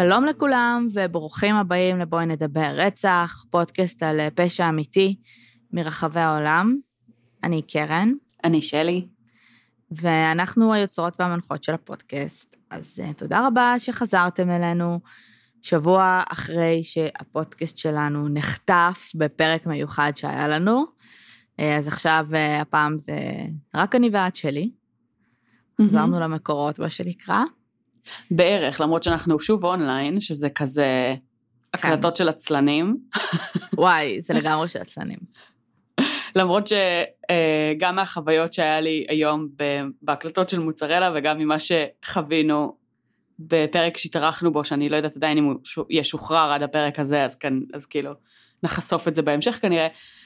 שלום לכולם וברוכים הבאים לבואי נדבר רצח, פודקאסט על פשע אמיתי מרחבי העולם. אני קרן. אני שלי. ואנחנו היוצרות והמנחות של הפודקאסט. אז תודה רבה שחזרתם אלינו שבוע אחרי שהפודקאסט שלנו נחטף בפרק מיוחד שהיה לנו. אז עכשיו הפעם זה רק אני ואת שלי. חזרנו למקורות מה שנקרא. בערך, למרות שאנחנו שוב אונליין, שזה כזה הקלטות של עצלנים. וואי, זה לגמרי של עצלנים. למרות שגם מהחוויות שהיה לי היום בהקלטות של מוצרלה, וגם ממה שחווינו בפרק שהתארחנו בו, שאני לא יודעת עדיין אם הוא ישוחרר עד הפרק הזה, אז כאילו נחשוף את זה בהמשך כנראה.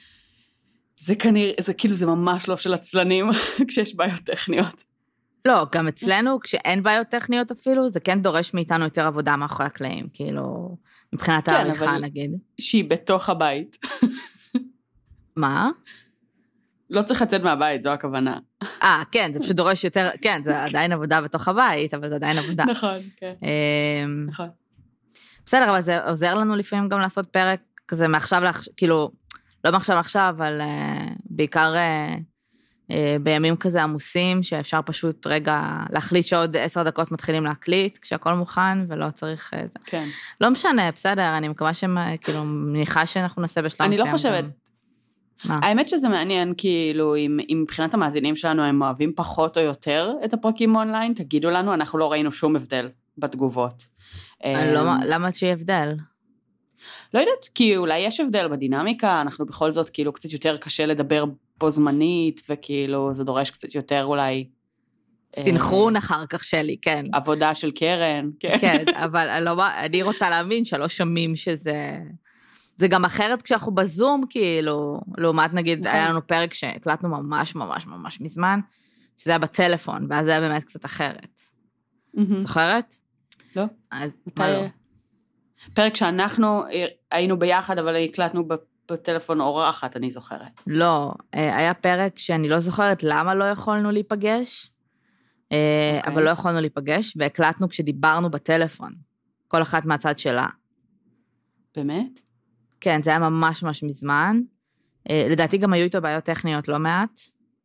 זה כאילו זה ממש לא של עצלנים, כשיש בעיות טכניות. לא, גם אצלנו, כשאין בעיות טכניות אפילו, זה כן דורש מאיתנו יותר עבודה מאחורי הקלעים, כאילו, מבחינת העריכה, נגיד. שהיא בתוך הבית. מה? לא צריך לצאת מהבית, זו הכוונה. כן, זה פשוט דורש יותר, כן, זה עדיין עבודה בתוך הבית, אבל זה עדיין עבודה. נכון, כן. נכון. בסדר, אבל זה עוזר לנו לפעמים גם לעשות פרק כזה מעכשיו כאילו, לא מעכשיו לעכשיו, אבל בעיקר בימים כזה עמוסים, שאפשר פשוט רגע להחליט שעוד 10 דקות מתחילים להקליט, כשהכל מוכן ולא צריך זה. כן. לא משנה, בסדר, אני מקווה כאילו, מניחה שאנחנו נעשה בשלם מסוים. אני לא חושבת. האמת שזה מעניין, כאילו, אם מבחינת המאזינים שלנו הם אוהבים פחות או יותר את הפרקים אונליין, תגידו לנו, אנחנו לא ראינו שום הבדל בתגובות. למה שיהיה הבדל? לא יודעת, כי אולי יש הבדל בדינמיקה, אנחנו בכל זאת כאילו קצת יותר קשה לדבר בו זמנית, וכאילו זה דורש קצת יותר אולי... סינכרון אחר כך שלי, כן. עבודה של קרן, כן. כן, אבל אני רוצה להאמין שלא שומעים שזה... זה גם אחרת כשאנחנו בזום, כאילו, לעומת נגיד, היה לנו פרק שהקלטנו ממש ממש ממש מזמן, שזה היה בטלפון, ואז זה היה באמת קצת אחרת. זוכרת? לא. מה לא? פרק שאנחנו היינו ביחד, אבל הקלטנו בטלפון אורחת, אני זוכרת. לא, היה פרק שאני לא זוכרת למה לא יכולנו להיפגש, אבל לא יכולנו להיפגש, והקלטנו כשדיברנו בטלפון, כל אחת מהצד שלה. באמת? כן, זה היה ממש ממש מזמן. לדעתי גם היו איתו בעיות טכניות לא מעט.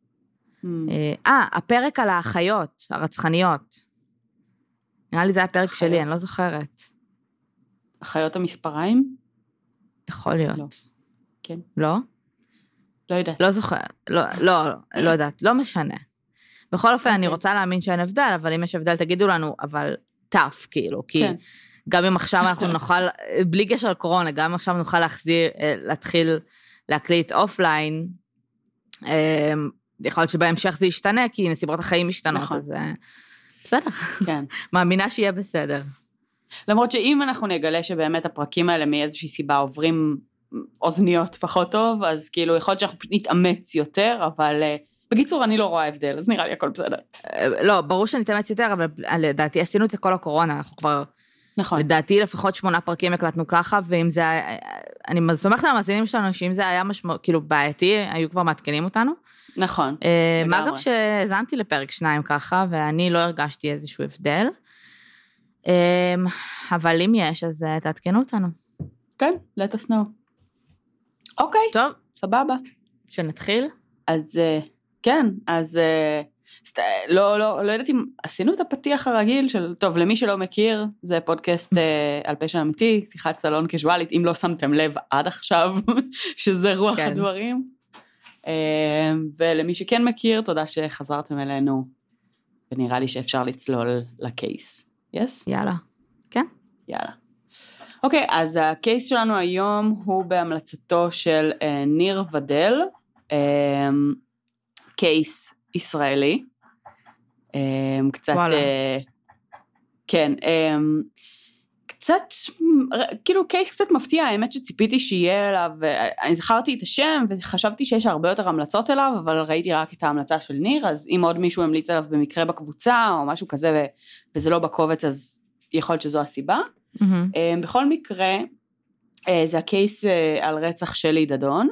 הפרק על האחיות, הרצחניות. נראה לי זה היה פרק שלי, אני לא זוכרת. אחיות המספריים? יכול להיות. לא. כן. לא? לא יודעת. לא זוכרת. לא יודעת, לא משנה. בכל אופן, אני רוצה להאמין שאין הבדל, אבל אם יש הבדל, תגידו לנו, אבל טף, כאילו, כי גם אם עכשיו אנחנו נוכל, בלי קשר לקורונה, גם אם עכשיו נוכל להתחיל להקליט אופליין, יכול להיות שבהמשך זה ישתנה, כי נסיבות החיים משתנות, אז בסדר. כן. מאמינה שיהיה בסדר. למרות שאם אנחנו נגלה שבאמת הפרקים האלה מאיזושהי סיבה עוברים אוזניות פחות טוב, אז כאילו יכול להיות שאנחנו פשוט נתאמץ יותר, אבל בקיצור אני לא רואה הבדל, אז נראה לי הכל בסדר. לא, ברור שנתאמץ יותר, אבל לדעתי עשינו את זה כל הקורונה, אנחנו כבר, נכון. לדעתי לפחות 8 פרקים הקלטנו ככה, ואם זה, אני סומכת למאזינים שלנו, שאם זה היה כאילו בעייתי, היו כבר מעדכנים אותנו. נכון. מה גם שהזנתי לפרק 2 ככה, ואני לא הרגשתי איזשהו הבדל. אבל אם יש, אז תעדכנו אותנו. כן, let us know. אוקיי. טוב. סבבה. שנתחיל? אז כן, אז לא יודעת אם עשינו את הפתיח הרגיל של, טוב, למי שלא מכיר, זה פודקאסט על פשע אמיתי, שיחת סלון קזואלית, אם לא שמתם לב עד עכשיו, שזה רוח הדברים. ולמי שכן מכיר, תודה שחזרתם אלינו, ונראה לי שאפשר לצלול לקייס. Yes? יאללה. כן? יאללה. אוקיי, אז הקייס שלנו היום הוא בהמלצתו של ניר ודל, קייס ישראלי. קצת, כן, קצת, כאילו קייס קצת מפתיע, האמת שציפיתי שיהיה אליו, אני זכרתי את השם וחשבתי שיש הרבה יותר המלצות אליו, אבל ראיתי רק את ההמלצה של ניר, אז אם עוד מישהו המליץ עליו במקרה בקבוצה או משהו כזה, וזה לא בקובץ, אז יכול להיות שזו הסיבה. בכל מקרה, זה הקייס על רצח שלי דדון,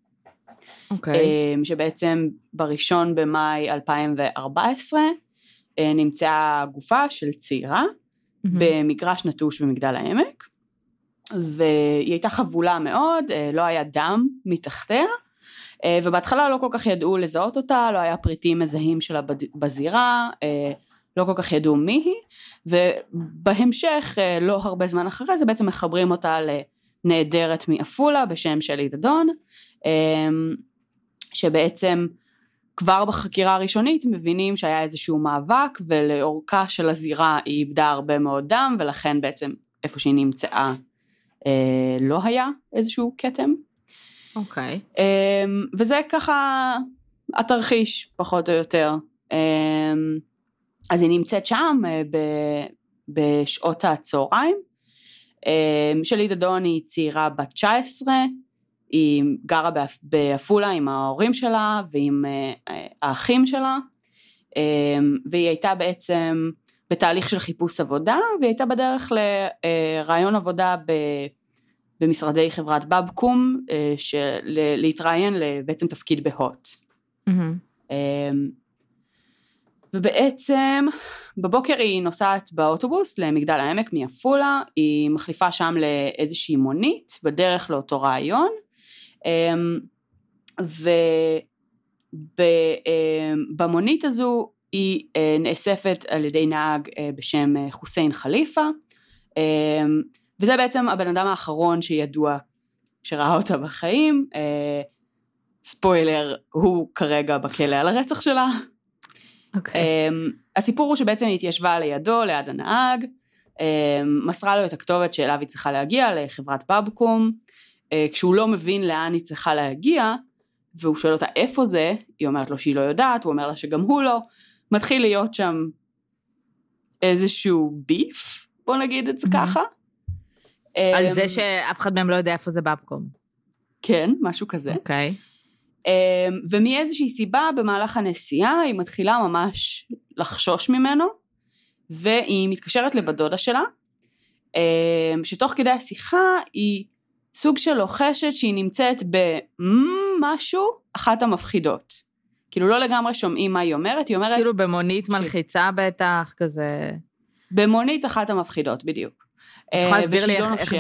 שבעצם בראשון במאי 2014, נמצאה גופה של צעירה, במגרש נטוש במגדל העמק, והיא הייתה חבולה מאוד, לא היה דם מתחתיה, ובהתחלה לא כל כך ידעו לזהות אותה, לא היה פריטים מזהים שלה בזירה, לא כל כך ידעו מי היא, ובהמשך, לא הרבה זמן אחרי זה, בעצם מחברים אותה לנעדרת מאפולה, בשם שלי דדון, שבעצם כבר בחקירה הראשונית מבינים שהיה איזשהו מאבק, ולאורכה של הזירה היא איבדה הרבה מאוד דם, ולכן בעצם איפה שהיא נמצאה, לא היה איזשהו קטם. אוקיי. וזה ככה התרחיש, פחות או יותר. אז היא נמצאת שם בשעות הצהריים. שלי דדון היא צעירה בת 19, היא גרה באפולה עם ההורים שלה ועם האחים שלה, והיא הייתה בעצם בתהליך של חיפוש עבודה, והיא הייתה בדרך לרעיון עבודה במשרדי חברת בבקום, להתראיין בעצם תפקיד בהוט. ובעצם בבוקר היא נוסעת באוטובוס למגדל העמק מאפולה, היא מחליפה שם לאיזושהי מונית, בדרך לאותו רעיון, ובמונית הזו היא נאספת על ידי נהג בשם חוסיין חליפה, וזה בעצם הבן אדם האחרון שידוע שראה אותה בחיים, ספוילר, הוא כרגע בכלא על הרצח שלה. הסיפור הוא שבעצם היא התיישבה לידו, ליד הנהג, מסרה לו את הכתובת שאליו היא צריכה להגיע, לחברת בבקום, כשהוא לא מבין לאן היא צריכה להגיע, והוא שואל אותה איפה זה, היא אומרת לו שהיא לא יודעת, הוא אומר לה שגם הוא לא, מתחיל להיות שם איזשהו ביף, בוא נגיד את זה ככה. על זה שאף אחד מהם לא יודע איפה זה בבקום. כן, משהו כזה. אוקיי. ומאיזושהי סיבה במהלך הנסיעה היא מתחילה ממש לחשוש ממנו, והיא מתקשרת לבדודה שלה, שתוך כדי השיחה היא סוג של לוחשת שהיא נמצאת במשהו אחת המפחידות. כאילו לא לגמרי שומעים מה היא אומרת, היא אומרת... כאילו במונית מלחיצה בטח, כזה... במונית אחת המפחידות, בדיוק. את יכולה להסביר לי איך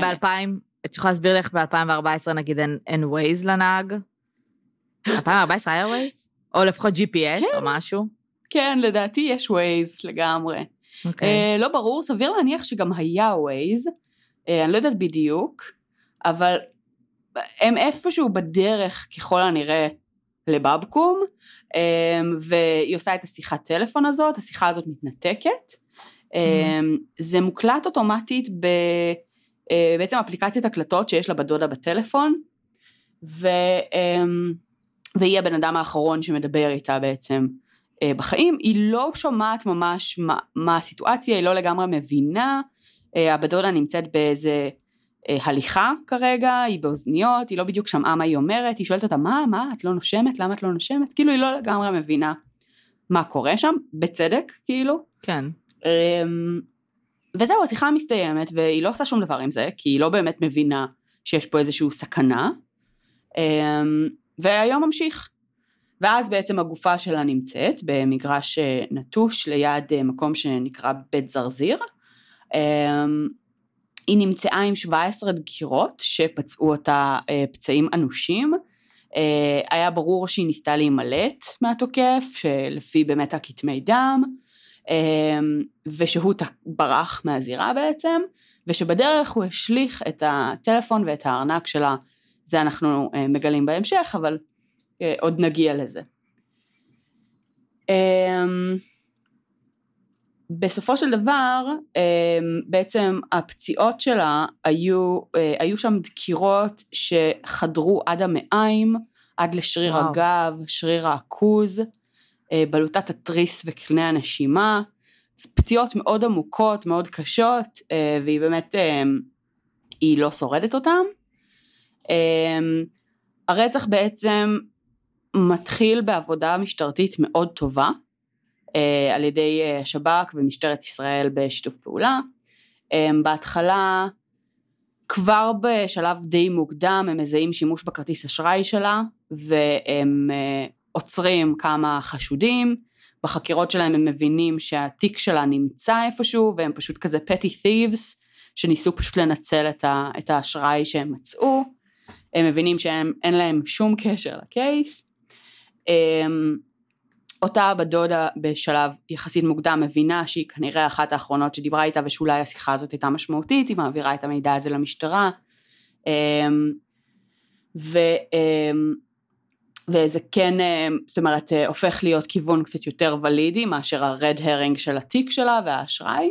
ב-2014 נגיד אין ווייז לנהג? 2014 היה ווייז? או לפחות GPS או משהו? כן, לדעתי יש ווייז לגמרי. לא ברור, סביר להניח שגם היה ווייז, אני לא יודעת בדיוק, אבל הם איפשהו בדרך ככל הנראה לבבקום, והיא עושה את השיחת טלפון הזאת, השיחה הזאת מתנתקת, זה מוקלט אוטומטית בעצם אפליקציית הקלטות שיש לה בדודה בטלפון, והיא הבן אדם האחרון שמדבר איתה בעצם בחיים, היא לא שומעת ממש מה הסיטואציה, היא לא לגמרי מבינה, הבדודה נמצאת באיזה הליכה כרגע, היא באוזניות, היא לא בדיוק שמעה מה היא אומרת, היא שואלת אותה, מה, את לא נושמת? למה את לא נושמת? כאילו היא לא לגמרי מבינה מה קורה שם, בצדק כאילו. כן. וזהו, השיחה מסתיימת, והיא לא עושה שום דבר עם זה, כי היא לא באמת מבינה שיש פה איזושהי סכנה, והיום ממשיך. ואז בעצם הגופה שלה נמצאת במגרש נטוש ליד מקום שנקרא בית זרזיר. היא נמצאה עם 17 דקירות שפצעו אותה פצעים אנושים. היה ברור שהיא ניסתה להימלט מהתוקף, שלפי באמת הכתמי דם, ושהוא ברח מהזירה בעצם, ושבדרך הוא השליך את הטלפון ואת הארנק שלה, זה אנחנו מגלים בהמשך, אבל עוד נגיע לזה. בסופו של דבר, בעצם הפציעות שלה היו שם דקירות שחדרו עד המעיים, עד לשריר הגב, שריר העכוז, בלוטת התריס וקרני הנשימה, פציעות מאוד עמוקות, מאוד קשות, והיא באמת, היא לא שורדת אותם. הרצח בעצם מתחיל בעבודה משטרתית מאוד טובה, על ידי שב"כ ומשטרת ישראל בשיתוף פעולה. בהתחלה, כבר בשלב די מוקדם, הם מזהים שימוש בכרטיס אשראי שלה, והם עוצרים כמה חשודים, בחקירות שלהם הם מבינים שהתיק שלה נמצא איפשהו, והם פשוט כזה petty thieves, שניסו פשוט לנצל את האשראי שהם מצאו, הם מבינים שאין להם שום קשר לקייס, אותה בדודה בשלב יחסית מוקדם מבינה שהיא כנראה אחת האחרונות שדיברה איתה, ושאולי השיחה הזאת הייתה משמעותית, היא מעבירה את המידע הזה למשטרה, וזה כן, זאת אומרת, הופך להיות כיוון קצת יותר ולידי, מאשר הרד הרינג של התיק שלה והאשראי.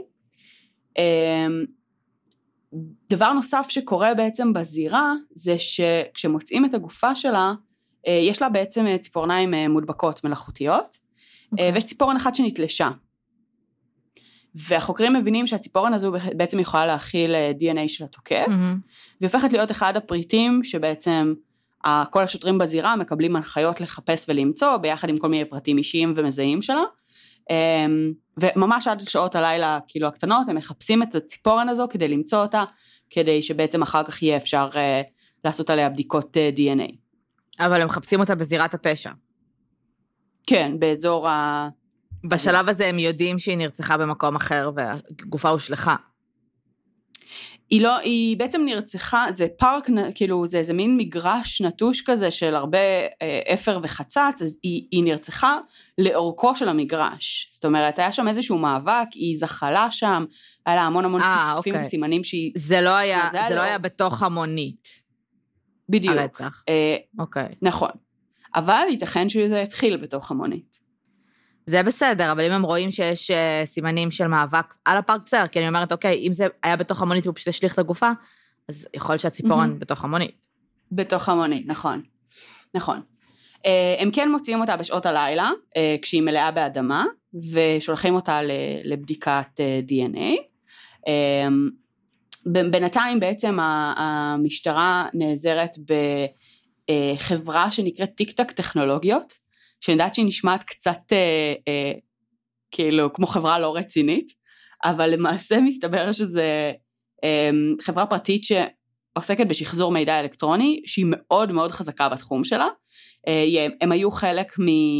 דבר נוסף שקורה בעצם בזירה, זה שכשמוצאים את הגופה שלה, יש לה בעצם ציפורניים מודבקות מלאכותיות, ויש ציפורן אחת שנתלשה. והחוקרים מבינים שהציפורן הזו בעצם יכולה להכיל DNA של התוקף, והיא הופכת להיות אחד הפריטים שבעצם כל השוטרים בזירה מקבלים הנחיות לחפש ולמצוא, ביחד עם כל מיני פרטים אישיים ומזהים שלה, וממש עד שעות הלילה כאילו הקטנות, הם מחפשים את הציפורן הזו כדי למצוא אותה, כדי שבעצם אחר כך יהיה אפשר לעשות עליה בדיקות DNA. אבל הם מחפשים אותה בזירת הפשע. כן, באזור ה... בשלב הזה הם יודעים שהיא נרצחה במקום אחר, והגופה הושלחה. היא בעצם נרצחה, זה פארק, כאילו זה איזה מין מגרש נטוש כזה, של הרבה אפר וחצץ, אז היא נרצחה לאורכו של המגרש. זאת אומרת, היה שם איזשהו מאבק, היא זחלה שם, היה לה המון סיפופים וסימנים שהיא... זה לא היה בתוך המונית. בדיוק. הרצח. אוקיי. נכון. אבל ייתכן שזה התחיל בתוך המונית. זה בסדר, אבל אם הם רואים שיש סימנים של מאבק על הפארק, בסדר, כי אני אומרת, אוקיי, אם זה היה בתוך המונית והוא פשוט השליך את הגופה, אז יכול להיות שהציפורן בתוך המונית. בתוך המונית, נכון. נכון. הם כן מוציאים אותה בשעות הלילה, כשהיא מלאה באדמה, ושולחים אותה לבדיקת DNA. בינתיים בעצם המשטרה נעזרת בחברה שנקראת טיק-טק טכנולוגיות, שאני יודעת שהיא נשמעת קצת כאילו כמו חברה לא רצינית, אבל למעשה מסתבר שזה חברה פרטית שעוסקת בשחזור מידע אלקטרוני, שהיא מאוד מאוד חזקה בתחום שלה. הם היו חלק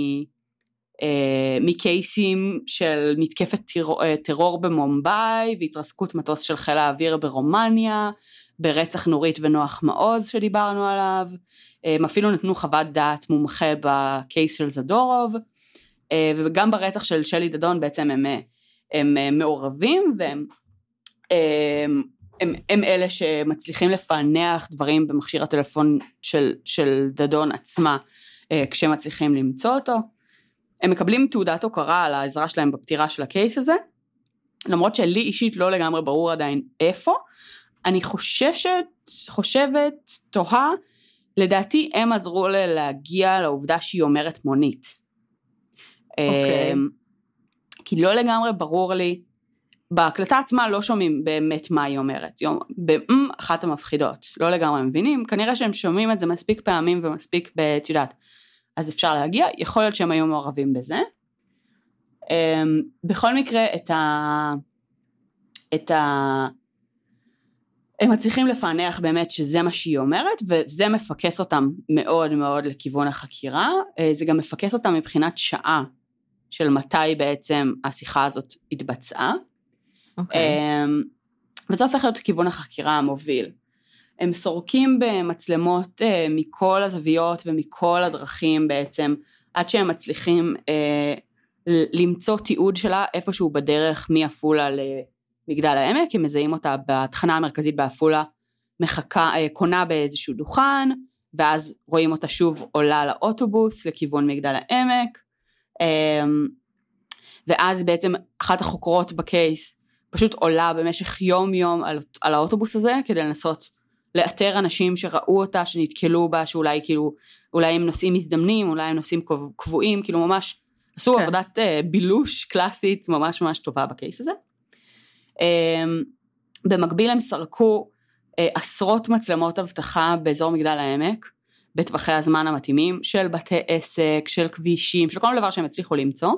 מקייסים של מתקפת טרור במומביי, והתרסקות מטוס של חיל האוויר ברומניה, ברצח נורית ונוח מעוז שדיברנו עליו, הם אפילו נתנו חוות דעת מומחה בקייס של זדורוב, וגם ברצח של שלי דדון בעצם הם מעורבים, הם אלה שמצליחים לפענח דברים במכשיר הטלפון של דדון עצמה, כשמצליחים למצוא אותו. הם מקבלים תעודת הוקרה על העזרה שלהם בפטירה של הקייס הזה, למרות שלי אישית לא לגמרי ברור עדיין איפה. אני חושבת, תוהה, לדעתי הם עזרו לה להגיע לעובדה שהיא אומרת מונית. אוקיי. כי לא לגמרי ברור לי, בהקלטה עצמה לא שומעים באמת מה היא אומרת, אחת המפחידות, לא לגמרי מבינים, כנראה שהם שומעים את זה מספיק פעמים ומספיק בתיודעת, אז אפשר להגיע, יכול להיות שהם היו מעורבים בזה. בכל מקרה, הם מצליחים לפענח באמת שזה מה שהיא אומרת, וזה מפקס אותם מאוד מאוד לכיוון החקירה, זה גם מפקס אותם מבחינת שעה, של מתי בעצם השיחה הזאת התבצעה, וזה הופך להיות כיוון החקירה המוביל. הם סורקים במצלמות מכל הזוויות ומכל הדרכים בעצם, עד שהם מצליחים למצוא תיעוד שלה איפשהו בדרך מעפולה למגדל העמק, הם מזהים אותה בתחנה המרכזית בעפולה, קונה באיזשהו דוכן, ואז רואים אותה שוב עולה לאוטובוס לכיוון מגדל העמק, ואז בעצם אחת החוקרות בקייס פשוט עולה במשך יום על האוטובוס הזה, כדי לנסות לאתר אנשים שראו אותה, שנתקלו בה, שאולי כאילו, אולי הם נושאים מזדמנים, אולי הם נושאים קבועים, כאילו ממש עשו עבודת בילוש קלאסית ממש ממש טובה בקייס הזה. במקביל הם סרקו עשרות מצלמות אבטחה באזור מגדל העמק, בטווחי הזמן המתאימים, של בתי עסק, של כבישים, של כל דבר שהם הצליחו למצוא,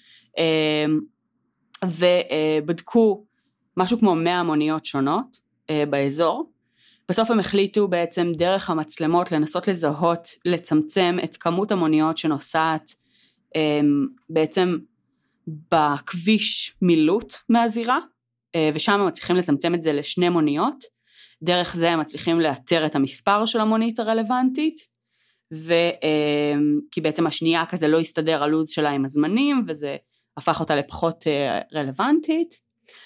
ובדקו משהו כמו 100 מוניות שונות באזור. בסוף הם החליטו בעצם דרך המצלמות לנסות לזהות, לצמצם את כמות המוניות שנוסעת בעצם בכביש מילוט מהזירה, ושם הם מצליחים לצמצם את זה ל2 מוניות, דרך זה הם מצליחים לאתר את המספר של המונית הרלוונטית, כי בעצם השנייה כזה לא הסתדר הלוז שלה עם הזמנים, וזה הפך אותה לפחות רלוונטית,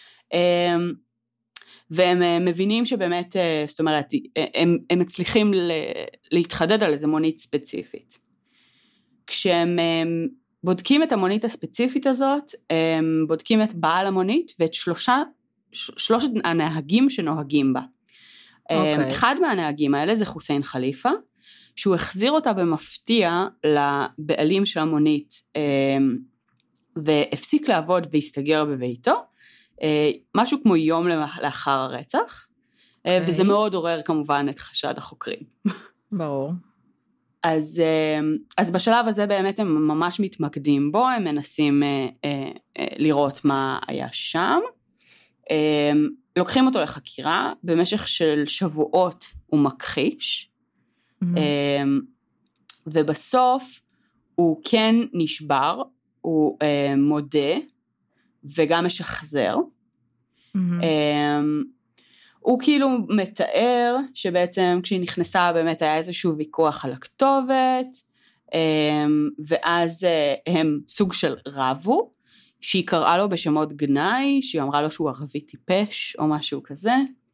והם מבינים שבאמת, זאת אומרת, הם מצליחים להתחדד על איזה מונית ספציפית. כשהם בודקים את המונית הספציפית הזאת, הם בודקים את בעל המונית, ואת שלושת הנהגים שנוהגים בה. אחד מהנהגים האלה זה חוסיין חליפה, שהוא החזיר אותה במפתיע לבעלים של המונית, והפסיק לעבוד והסתגר בביתו, משהו כמו יום לאחר הרצח, וזה מאוד עורר כמובן את חשד החוקרים. ברור. אז בשלב הזה באמת הם ממש מתמקדים בו, הם מנסים לראות מה היה שם, לוקחים אותו לחקירה, במשך של שבועות הוא מכחיש, ובסוף הוא כן נשבר, הוא מודה, וגם משחזר, הוא כאילו מתאר שבעצם כשהיא נכנסה באמת היה איזשהו ויכוח על הכתובת, ואז הם סוג של רבו, שהיא קראה לו בשמות גנאי, שהיא אמרה לו שהוא ערבי טיפש או משהו כזה,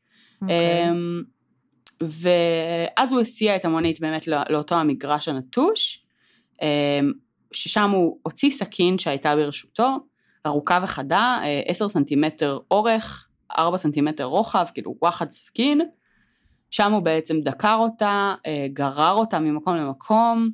ואז הוא הסיע את המונית באמת לאותו המגרש הנטוש, ששם הוא הוציא סכין שהייתה ברשותו, ארוכה וחדה, 10 סנטימטר אורך, 4 סנטימטר רוחב, כאילו וואחד סכין, שם הוא בעצם דקר אותה, גרר אותה ממקום למקום,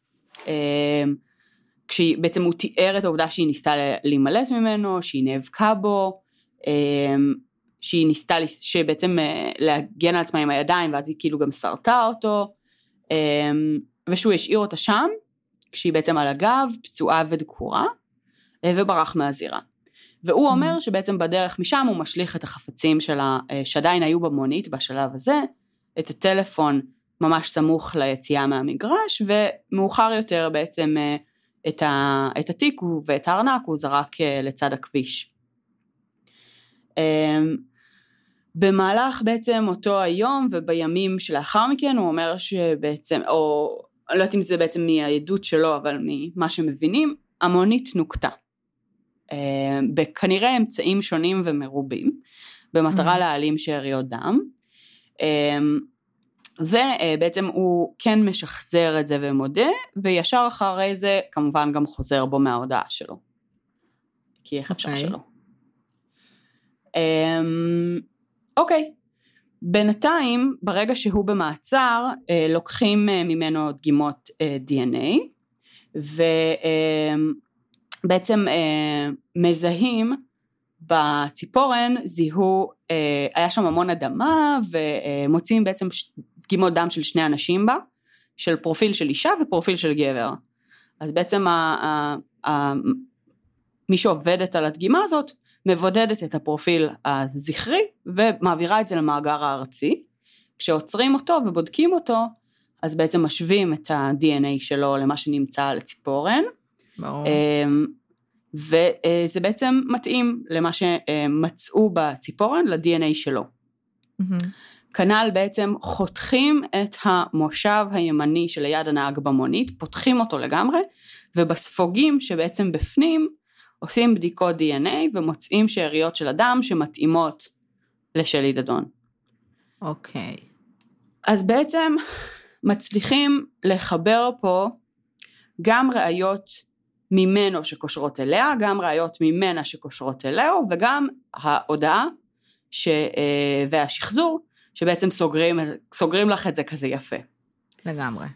כשבעצם הוא תיאר את העובדה שהיא ניסתה להימלט ממנו, שהיא נאבקה בו, שהיא ניסתה שבעצם להגן על עצמה עם הידיים, ואז היא כאילו גם שרתה אותו, ושהוא השאיר אותה שם, כשהיא בעצם על הגב, פצועה ודקורה, וברח מהזירה. והוא אומר שבעצם בדרך משם הוא משליך את החפצים שלה, שעדיין היו במונית בשלב הזה, את הטלפון ממש סמוך ליציאה מהמגרש, ומאוחר יותר בעצם את התיק ואת הארנק הוא זרק לצד הכביש. במהלך בעצם אותו היום ובימים שלאחר מכן הוא אומר שבעצם, או אני לא יודעת אם זה בעצם מהעדות שלו, אבל ממה שמבינים, המונית נוקטה. בכנראה אמצעים שונים ומרובים, במטרה להעלים שאריות דם, ובעצם הוא כן משחזר את זה ומודה, וישר אחרי זה כמובן גם חוזר בו מההודעה שלו. כי איך אפשר שלו. אוקיי. בינתיים, ברגע שהוא במעצר, לוקחים ממנו דגימות DNA, ובעצם מזהים בציפורן, זיהו, היה שם המון אדמה, ומוצאים בעצם דגימות דם של 2 אנשים בה, של פרופיל של אישה ופרופיל של גבר. אז בעצם מי שעובדת על הדגימה הזאת, מבודדת את הפרופיל הזכרי, ומעבירה את זה למאגר הארצי. כשעוצרים אותו ובודקים אותו, אז בעצם משווים את ה-DNA שלו למה שנמצא על הציפורן. ברור. וזה בעצם מתאים למה שמצאו בציפורן, ל-DNA שלו. כנ"ל בעצם חותכים את המושב הימני של יד הנהג במונית, פותחים אותו לגמרי, ובספוגים שבעצם בפנים, עושים בדיקות DNA ומוצאים שאריות של אדם שמתאימות לשלי דדון. אוקיי. אז בעצם מצליחים לחבר פה גם ראיות ממנו שקושרות אליה, גם ראיות ממנה שקושרות אליה, וגם ההודעה והשחזור שבעצם סוגרים לך את זה כזה יפה. לגמרי.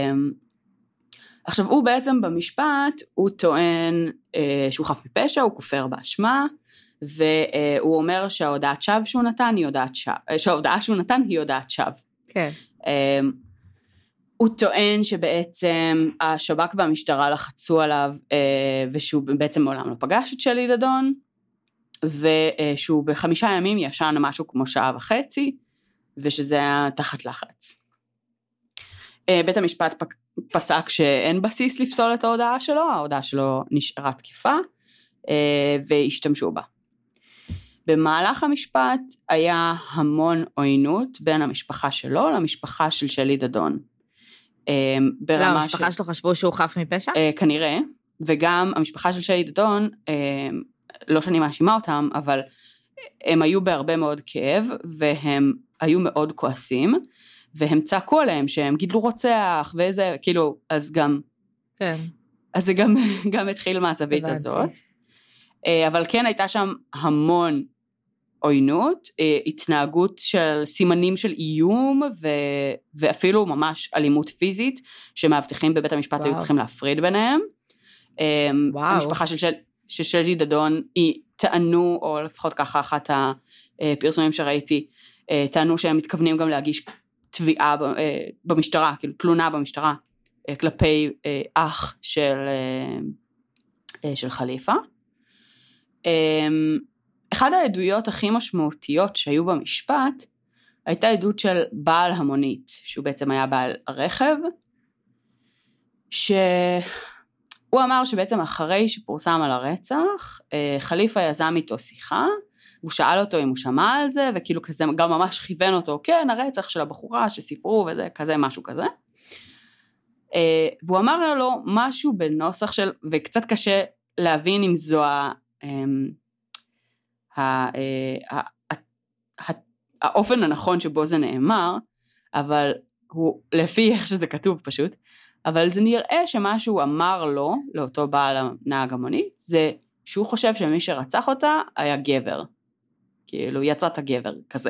עכשיו הוא בעצם במשפט, הוא טוען שהוא חף מפשע, הוא כופר באשמה, והוא אומר שההודעת שווא שהוא נתן היא הודעת שווא, שההודעה שהוא נתן היא הודעת שווא. כן. הוא טוען שבעצם השב"כ והמשטרה לחצו עליו, ושהוא בעצם מעולם לא פגש את שלי דדון, ושהוא ב5 ימים ישן משהו כמו 1.5 שעות, ושזה היה תחת לחץ. בית המשפט פסק שאין בסיס לפסול את ההודעה שלו, ההודעה שלו נשארה תקפה, והשתמשו בה. במהלך המשפט היה המון עוינות בין המשפחה שלו למשפחה של שלי דדון. לא, המשפחה שלו חשבו שהוא חף מפשע? כנראה, וגם המשפחה של שלי דדון, לא שאני מאשימה אותם, אבל הם היו בהרבה מאוד כאב, והם היו מאוד כועסים, והם צעקו עליהם שהם גידלו רוצח, ואיזה, כאילו, אז גם, כן. אז זה גם התחיל מהזווית הזאת. אבל כן הייתה שם המון עוינות, התנהגות של סימנים של איום, ואפילו ממש אלימות פיזית, שמאבטחים בבית המשפט היו צריכים להפריד ביניהם. המשפחה של שלי דדון, היא טענו, או לפחות ככה אחת הפרסומים שראיתי, טענו שהם מתכוונים גם להגיש תביעה במשטרה, כאילו תלונה במשטרה, כלפי אח של חליפה. אחד העדויות הכי משמעותיות שהיו במשפט, הייתה עדות של בעל המונית, שהוא בעצם היה בעל הרכב, שהוא אמר שבעצם אחרי שפורסם על הרצח, חליפה יזם איתו שיחה, הוא שאל אותו אם הוא שמע על זה, וכאילו כזה גם ממש כיוון אותו, כן, הרצח של הבחורה שסיפרו וזה, כזה משהו כזה. והוא אמר לו משהו בנוסח של, וקצת קשה להבין אם זו האופן הנכון שבו זה נאמר, אבל הוא, לפי איך שזה כתוב פשוט, אבל זה נראה שמה שהוא אמר לו, לאותו בעל הנהג המונית, זה שהוא חושב שמי שרצח אותה היה גבר. כאילו, יצאת הגבר, כזה.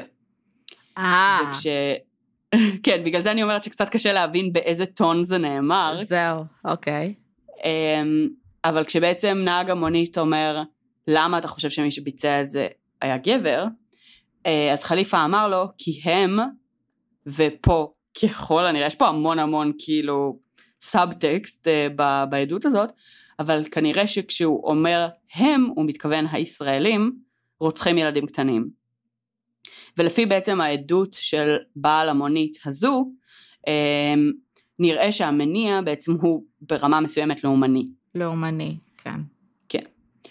כן, בגלל זה אני אומרת שקצת קשה להבין באיזה טון זה נאמר. זהו, אוקיי. אבל כשבעצם נהג המונית אומר, למה אתה חושב שמי שביצע את זה היה גבר, אז חליפה אמר לו, כי הם, ופה ככל הנראה, יש פה המון כאילו סאבטקסט בעדות הזאת, אבל כנראה שכשהוא אומר הם, הוא מתכוון הישראלים, רוצחים ילדים קטנים. ולפי בעצם העדות של בעל המונית הזו, נראה שהמניע בעצם הוא ברמה מסוימת לאומני. לאומני, כן. כן.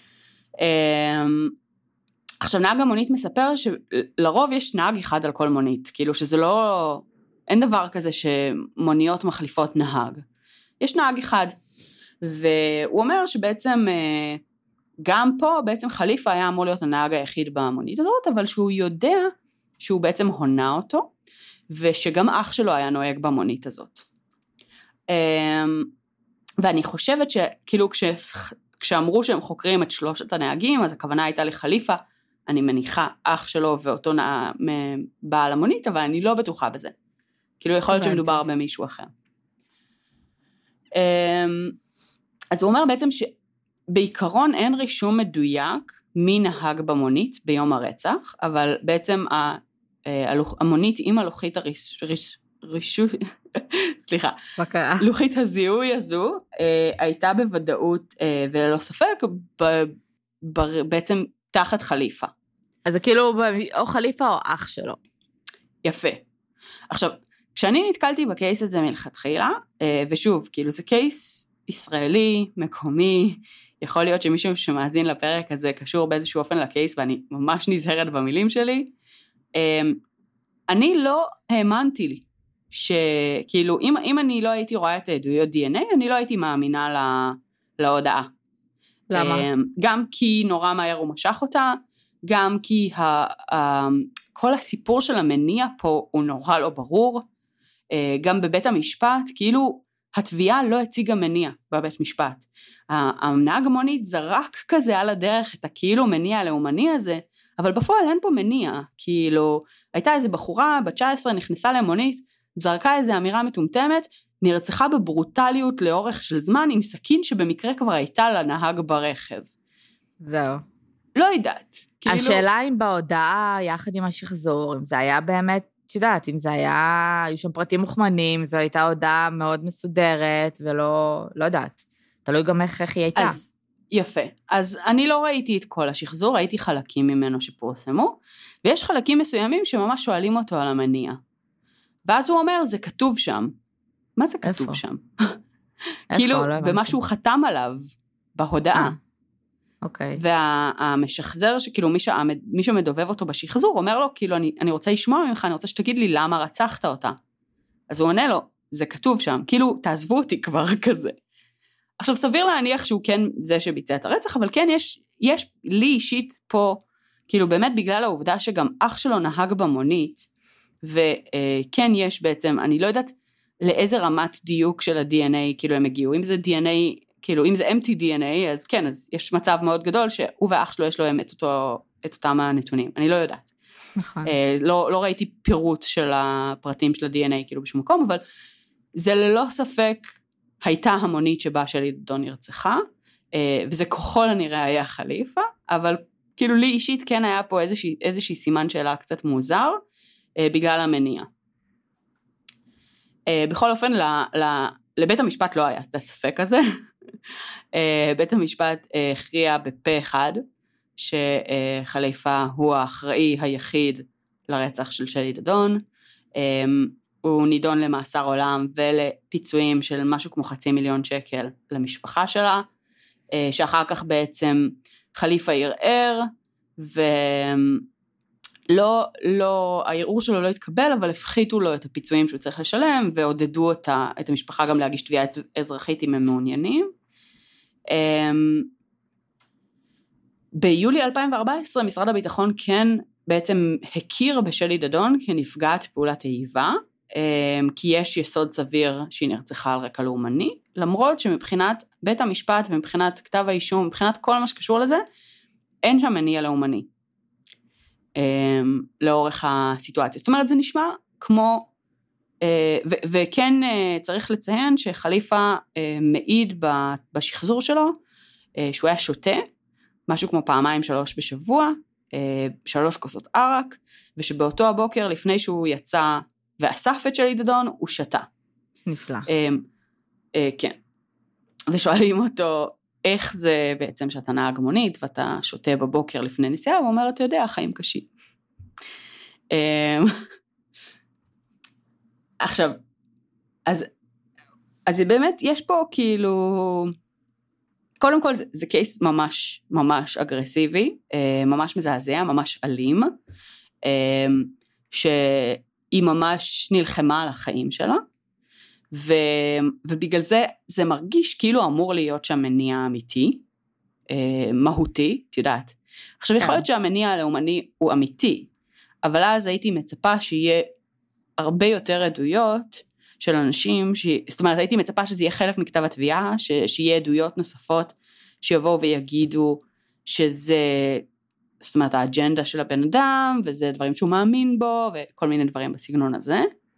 עכשיו נהג המונית מספר שלרוב יש נהג אחד על כל מונית, כאילו שזה לא, אין דבר כזה שמוניות מחליפות נהג. יש נהג אחד, והוא אומר שבעצם גם פה בעצם חליפה היה אמור להיות הנהג היחיד במונית הזאת, אבל שהוא יודע שהוא בעצם הונה אותו, ושגם אח שלו היה נוהג במונית הזאת. ואני חושבת שכאילו כשאמרו שהם חוקרים את שלושת הנהגים, אז הכוונה הייתה לחליפה, אני מניחה אח שלו ואותו בעל המונית, אבל אני לא בטוחה בזה. כאילו יכול להיות שמדובר במישהו אחר. אז הוא אומר בעצם שבעיקרון אין רישום מדויק מי נהג במונית ביום הרצח, אבל בעצם המונית עם הלוחית סליחה, לוחית הזיהוי הזו הייתה בוודאות וללא ספק בעצם תחת חליפה. אז זה כאילו או חליפה או אח שלו. יפה. עכשיו, כשאני נתקלתי בקייס הזה מלכתחילה, ושוב, כאילו זה קייס ישראלי, מקומי, יכול להיות שמישהו שמאזין לפרק הזה קשור באיזשהו אופן לקייס, ואני ממש נזהרת במילים שלי, אני לא האמנתי לי, שכאילו אם אני לא הייתי רואה את העדויות DNA, אני לא הייתי מאמינה להודעה. למה? גם כי נורא מהר הוא משך אותה, גם כי כל הסיפור של המניע פה הוא נורא לא ברור, גם בבית המשפט, כאילו התביעה לא הציגה מניע בבית משפט. הנהג המונית זרק כזה על הדרך את הכאילו מניע הלאומני הזה, אבל בפועל אין פה מניע, כאילו הייתה איזו בחורה בת 19 נכנסה למונית, זרקה איזו אמירה מטומטמת, נרצחה בברוטליות לאורך של זמן עם סכין שבמקרה כבר הייתה לנהג ברכב. זהו. לא יודעת. השאלה אם בהודעה יחד עם השחזור, אם זה היה באמת, יודעת, אם זה היה, היו שם פרטים מוכמנים, זו הייתה הודעה מאוד מסודרת, ולא, לא יודעת. תלוי גם איך היא הייתה. אז יפה. אז אני לא ראיתי את כל השחזור, ראיתי חלקים ממנו שפורסמו, ויש חלקים מסוימים שממש שואלים אותו על המניע. ואז הוא אומר, זה כתוב שם. מה זה כתוב שם? כאילו, במה שהוא חתם עליו, בהודעה. אוקיי. והמשחזר, שכאילו מי שמדובב אותו בשחזור, אומר לו, כאילו, אני רוצה לשמוע ממך, אני רוצה שתגיד לי למה רצחת אותה. אז הוא עונה לו, זה כתוב שם, כאילו, תעזבו אותי כבר כזה. עכשיו, סביר להניח שהוא כן זה שביצע את הרצח, אבל כן יש לי אישית פה, כאילו, באמת בגלל העובדה שגם אח שלו נהג במונית, וכן יש בעצם, אני לא יודעת לאיזה רמת דיוק של ה-DNA, כאילו, הם הגיעו, אם זה DNA, כאילו, אם זה empty DNA, אז כן, אז יש מצב מאוד גדול שהוא ואח שלו יש לו את אותם הנתונים. אני לא יודעת. נכון. לא ראיתי פירוט של הפרטים של ה-DNA, כאילו, בשום מקום, אבל זה ללא ספק הייתה המונית שבה שלי דדון נרצחה, וזה ככל הנראה היה חליפה, אבל כאילו לי אישית כן היה פה איזושהי סימן שאלה קצת מוזר, בגלל המניע. בכל אופן, לבית המשפט לא היה את הספק הזה, בית המשפט הכריע בפה אחד, שחליפה הוא האחראי היחיד לרצח של שלי דדון, הוא נידון למאסר עולם ולפיצויים של משהו כמו 500,000 שקל למשפחה שלה, שאחר כך בעצם חליפה ערער, הערעור שלו לא התקבל, אבל הפחיתו לו את הפיצויים שהוא צריך לשלם, ועודדו את המשפחה גם להגיש תביעה אזרחית אם הם מעוניינים. ביולי 2014 משרד הביטחון כן בעצם הכיר בשלי דדון כנפגעת פעולת איבה, כי יש יסוד סביר שהיא נרצחה על רקע לאומני, למרות שמבחינת בית המשפט ומבחינת כתב האישום, מבחינת כל מה שקשור לזה, אין שם מניע לאומני לאורך הסיטואציה. זאת אומרת, זה נשמע כמו, וכן צריך לציין שחליפה מעיד בשחזור שלו, שהוא היה שותה, משהו כמו 2-3 בשבוע, 3 כוסות ערק, ושבאותו הבוקר לפני שהוא יצא ואסף את שלי דדון, הוא שתה. נפלא. כן. ושואלים אותו, איך זה בעצם שאתה נהג מונית, ואתה שותה בבוקר לפני נסיעה, הוא אומר, אתה יודע, החיים קשים. עכשיו, אז זה באמת, יש פה כאילו, קודם כל זה קייס ממש ממש אגרסיבי, ממש מזעזע, ממש אלים, שהיא ממש נלחמה על החיים שלה, ובגלל זה מרגיש כאילו אמור להיות שם מניע אמיתי, מהותי, את יודעת. עכשיו יכול להיות שהמניע הלאומני הוא אמיתי, אבל אז הייתי מצפה שיהיה הרבה יותר עדויות של אנשים, זאת אומרת הייתי מצפה שזה יהיה חלק מכתב התביעה, שיהיה עדויות נוספות שיבואו ויגידו שזה, זאת אומרת האג'נדה של הבן אדם, וזה דברים שהוא מאמין בו, וכל מיני דברים בסגנון הזה.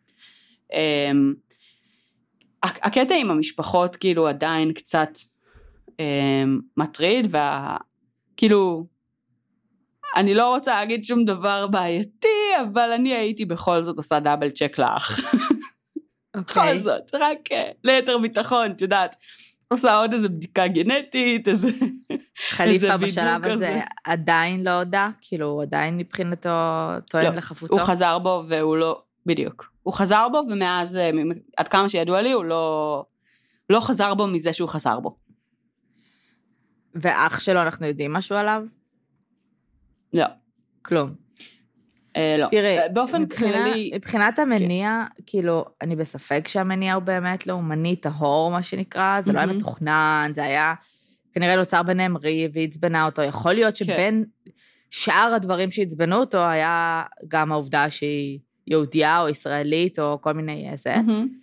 הקטע עם המשפחות כאילו עדיין קצת מטריד, כאילו, אני לא רוצה להגיד שום דבר בעייתי, אבל אני הייתי בכל זאת עושה דאבל צ'ק לאח. בכל זאת, רק ליתר ביטחון, את יודעת, עושה עוד איזו בדיקה גנטית, איזה חליפה בשלב הזה עדיין לא הודע, כאילו עדיין מבחינתו טוען לחפותו. הוא חזר בו והוא לא, בדיוק, הוא חזר בו ומאז, עד כמה שידוע לי, הוא לא חזר בו מזה שהוא חזר בו. ואח שלו, אנחנו יודעים משהו עליו? לא. כלום. לא. תראי, באופן כללי... מבחינת המניע, כאילו, אני בספק שהמניע הוא באמת לאומני, טהור, מה שנקרא, זה לא היה מתוכנן, זה היה, כנראה נוצר ביניהם ריב, והצבנה אותו, יכול להיות שבין שאר הדברים שהצבנו אותו, היה גם העובדה שהיא יהודיה, או ישראלית, או כל מיני איזה.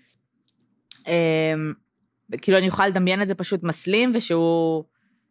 כאילו, אני יכולה לדמיין את זה פשוט מסלים, ושהוא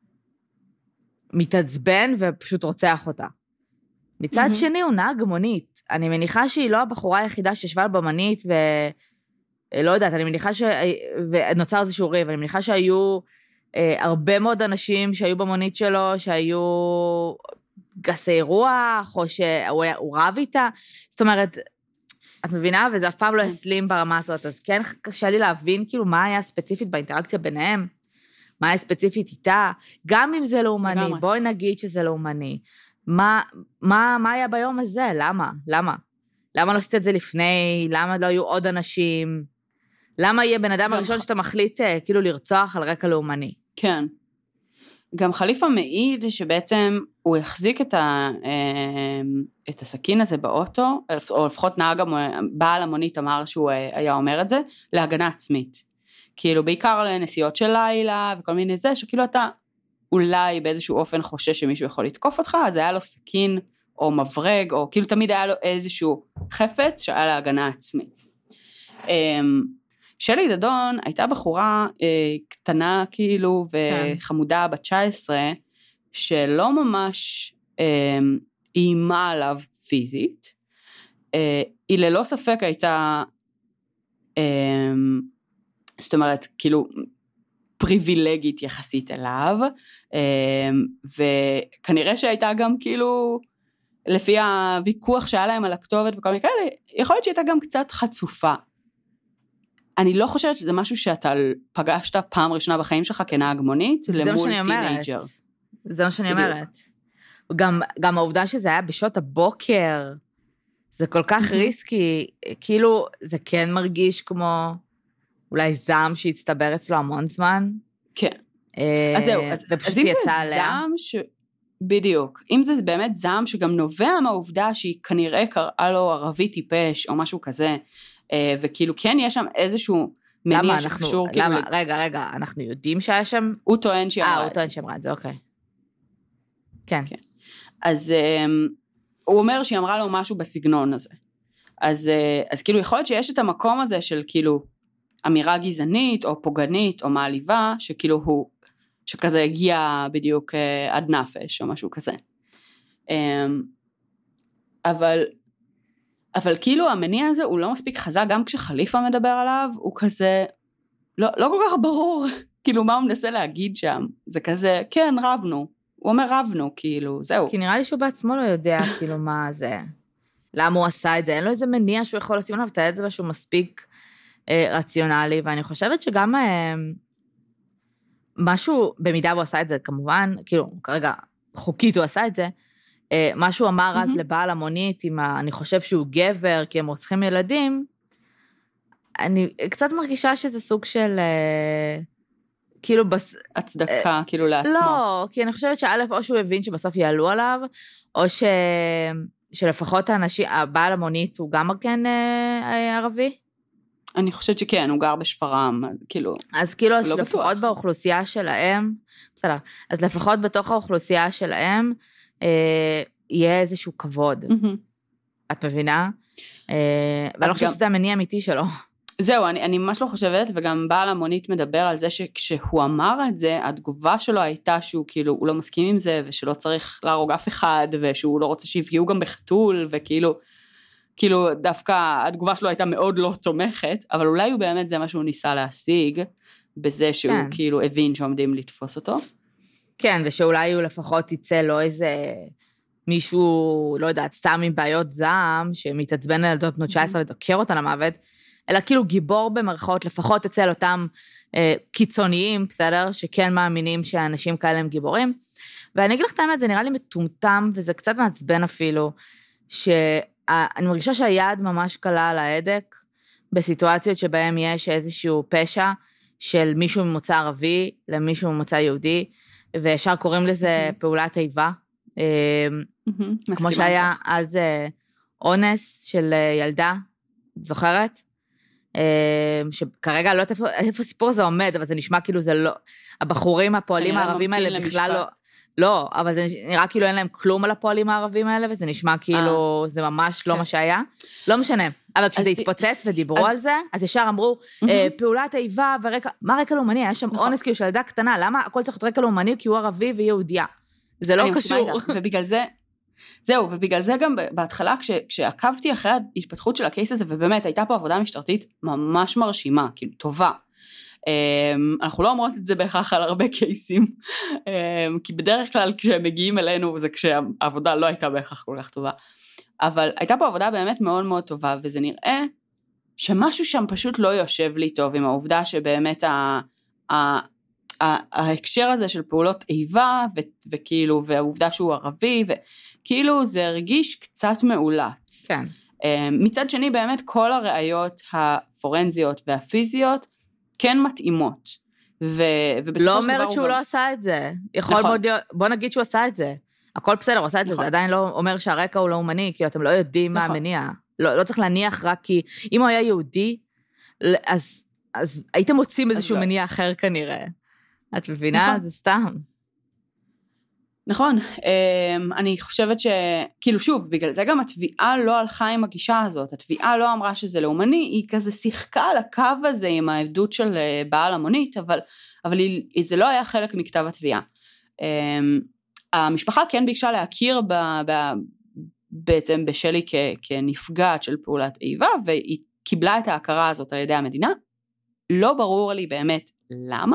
מתעצבן, ופשוט רוצח אותה. מצד שני הוא נהג מונית, אני מניחה שהיא לא הבחורה היחידה שישבה במונית, ולא יודעת, אני מניחה ונוצר איזשהו ריב, אני מניחה שהיו הרבה מאוד אנשים שהיו במונית שלו, שהיו גסי רוח, או שהוא רב איתה, זאת אומרת, את מבינה, וזה אף פעם לא הסלים ברמה הזאת, אז כן קשה לי להבין כאילו מה היה ספציפית באינטראקציה ביניהם, מה היה ספציפית איתה, גם אם זה לאומני, בואי נגיד שזה לאומני, מה היה ביום הזה? למה? למה לא עשית את זה לפני? למה לא היו עוד אנשים? למה יהיה בן אדם הראשון שאתה מחליט כאילו לרצוח על רקע לאומני? כן. גם חליפה מעיד שבעצם הוא החזיק את הסכין הזה באוטו, או לפחות בעל המונית אמר שהוא היה אומר את זה, להגנה עצמית. כאילו בעיקר לנסיעות של לילה וכל מיני זה, שכאילו אתה אולי באיזשהו אופן חושש שמישהו יכול לתקוף אותך, אז היה לו סכין או מברג, או כאילו תמיד היה לו איזשהו חפץ שהיה להגנה עצמית. שלי דדון הייתה בחורה קטנה כאילו וחמודה בת 19, שלא ממש איימה עליו פיזית, היא ללא ספק הייתה, זאת אומרת כאילו פריבילגית יחסית אליו, וכנראה שהייתה גם כאילו, לפי הוויכוח שהיה להם על הכתובת וכל מיני כאלה, יכול להיות שהייתה גם קצת חצופה. אני לא חושבת שזה משהו שאתה פגשת פעם ראשונה בחיים שלך כנהג מונית, למול טינאג'ר. זה מה שאני אומרת. גם העובדה שזה היה בשעות הבוקר, זה כל כך ריסקי, כאילו זה כן מרגיש כמו אולי זעם שהצטבר אצלו המון זמן. כן. אז זהו, ופשוט יצא עליה. בדיוק. אם זה באמת זעם שגם נובע מהעובדה שהיא כנראה קראה לו ערבי טיפש או משהו כזה, וכאילו כן יש שם איזשהו מניע שקשור. למה? רגע, אנחנו יודעים שהיה שם? הוא טוען שהיא אמרה את זה. הוא טוען שהיא אמרה את זה, אוקיי. כן. אז הוא אומר שהיא אמרה לו משהו בסגנון הזה. אז כאילו יכול להיות שיש את המקום הזה של כאילו אמירה גזענית או פוגענית או מעליבה, שכאילו הוא, שכזה הגיע בדיוק עד נפש או משהו כזה. אבל כאילו המניע הזה הוא לא מספיק חזק, גם כשחליפה מדבר עליו, הוא כזה, לא כל כך ברור, כאילו מה הוא מנסה להגיד שם, זה כזה, כן, רבנו, הוא אומר רבנו, כאילו, זהו. כי נראה לי שהוא בעצמו לא יודע, כאילו מה זה, למה הוא עשה את זה, אין לו איזה מניע שהוא יכול לשים עליו את האצבע שהוא מספיק רציונלי, ואני חושבת שגם משהו, במידה הוא עשה את זה כמובן, כאילו, כרגע חוקית הוא עשה את זה, מה שהוא אמר אז לבעל המונית, אני חושב שהוא גבר, כי הם רוצחים ילדים, אני קצת מרגישה שזה סוג של, כאילו, הצדקה, כאילו לעצמו. לא, כי אני חושבת שא' או שהוא הבין שבסוף יעלו עליו, או שלפחות הבעל המונית הוא גם כן ערבי? אני חושבת שכן, הוא גר בשפרעם, כאילו. אז כאילו, לא לפחות באוכלוסייה שלהם, בסדר, אז לפחות בתוך האוכלוסייה שלהם, יהיה איזשהו כבוד. את מבינה? ואני לא חושבת שזה המניע אמיתי שלו. זהו, אני ממש לא חושבת, וגם בעל המונית מדבר על זה שכשהוא אמר את זה, התגובה שלו הייתה שהוא כאילו, הוא לא מסכים עם זה, ושלא צריך להרוג אף אחד, ושהוא לא רוצה שיפגעו גם בחתול, וכאילו, דווקא התגובה שלו הייתה מאוד לא תומכת, אבל אולי הוא באמת זה מה שהוא ניסה להשיג, בזה שהוא כאילו הבין שעומדים לתפוס אותו. כן, ושאולי הוא לפחות יצא לו איזה מישהו, לא יודעת, סתם עם בעיות זעם, שמתעצבן על ילדות בנות 19 ודוקר אותן למוות, אלא כאילו גיבור במרכאות, לפחות אצל אותם קיצוניים, בסדר? שכן מאמינים שהאנשים כאלה הם גיבורים. ואני אגיד לך את האמת, זה נראה לי מטומטם, וזה קצת מעצבן אפילו, שאני מרגישה שהיד ממש קלה על ההדק, בסיטואציות שבהם יש איזשהו פשע, של מישהו ממוצא ערבי, למישהו ממוצא יהודי, וישר קוראים לזה פעולת איבה, כמו שהיה אז אונס של ילדה, זוכרת? שכרגע לא יודעת איפה סיפור הזה עומד, אבל זה נשמע כאילו זה לא, הבחורים הפועלים הערבים האלה בכלל לא, אבל זה נראה כאילו אין להם כלום על הפועלים הערבים האלה, וזה נשמע כאילו זה ממש לא מה שהיה, לא משנה, אבל כשזה התפוצץ ודיברו על זה, אז ישר אמרו, פעולת איבה ורקע, מה רקע לאומני? היה שם אונס כאילו של ילדה קטנה, למה הכל צריך להיות רקע לאומני? כי הוא ערבי ויהודיה. זה לא קשור. ובגלל זה, זהו, ובגלל זה גם בהתחלה, כשעקבתי אחרי ההתפתחות של הקייס הזה, ובאמת הייתה פה עבודה משטרתית ממש מרשימה, כאילו טובה. אנחנו לא אומרות את זה בהכרח על הרבה קייסים, כי בדרך כלל כשהם מגיעים אלינו, זה כשהעבודה לא הייתה בהכרח כל כך טובה. אבל הייתה פה עבודה באמת מאוד מאוד טובה, וזה נראה שמשהו שם פשוט לא יושב לי טוב, עם העובדה שבאמת ההקשר הזה של פעולות איבה, וכאילו, והעובדה שהוא ערבי, וכאילו זה הרגיש קצת מעולץ. כן. מצד שני, באמת כל הראיות הפורנזיות והפיזיות, כן מתאימות. לא אומרת שהוא לא עשה את זה. יכול מאוד להיות, בוא נגיד שהוא עשה את זה. הכל בסדר, הוא עשה את זה, זה עדיין לא אומר שהרקע הוא לא אומני, כי אתם לא יודעים מה המניע. לא צריך להניח רק כי, אם הוא היה יהודי, אז הייתם מוצאים איזשהו מניע אחר כנראה. את מבינה? זה סתם. נכון, אני חושבת כאילו שוב, בגלל זה גם התביעה לא הלכה עם הגישה הזאת, התביעה לא אמרה שזה לאומני, היא כזה שיחקה על הקו הזה עם העבדות של בעל המונית, אבל זה לא היה חלק מכתב התביעה. המשפחה כן ביקשה להכיר בעצם בשלי כנפגעת של פעולת איבה, והיא קיבלה את ההכרה הזאת על ידי המדינה, לא ברור לי באמת למה,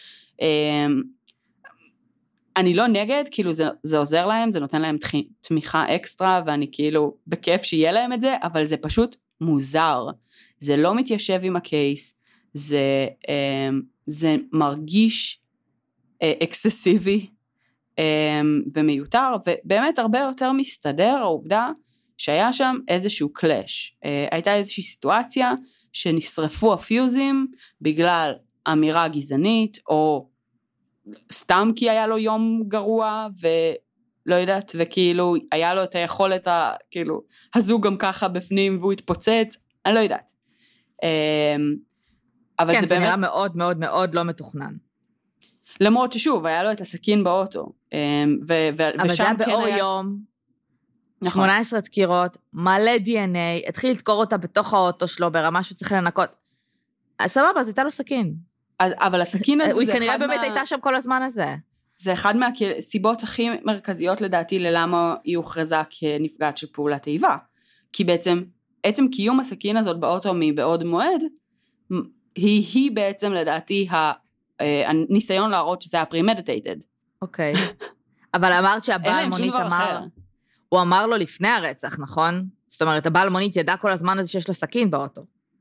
אני לא נגד, כאילו זה עוזר להם, זה נותן להם תמיכה אקסטרה, ואני כאילו בכיף שיהיה להם את זה, אבל זה פשוט מוזר, זה לא מתיישב עם הקייס, זה מרגיש אקססיבי ומיותר, ובאמת הרבה יותר מסתדר העובדה שהיה שם איזשהו קלאש, הייתה איזושהי סיטואציה שנשרפו הפיוזים בגלל אמירה גזענית, או סתם כי היה לו יום גרוע, ולא יודעת, וכאילו היה לו את היכולת, כאילו, הזוג גם ככה בפנים, והוא התפוצץ, אני לא יודעת. אבל כן, זה באמת... נראה מאוד מאוד מאוד לא מתוכנן. למרות ששוב, היה לו את הסכין באוטו. אבל זה היה באור יום, 18 דקירות, מלא DNA, התחיל לדקור אותה בתוך האוטו שלו, ברמה שהוא צריך לנקות. סבבה, אז הייתה לו סכין. אבל הסכין הזה... הוא כנראה באמת הייתה שם כל הזמן הזה. זה אחד מהסיבות הכי מרכזיות לדעתי, ללמה היא הוכרזה כנפגעת של פעולת איבה. כי בעצם, עצם קיום הסכין הזאת באוטו מבעוד מועד, היא בעצם לדעתי הניסיון להראות שזה היה premeditated. אוקיי. אבל אמרת שהבעל מונית אמר... הוא אמר לו לפני הרצח, נכון? זאת אומרת, הבעל מונית ידע כל הזמן הזה שיש לו סכין באוטו.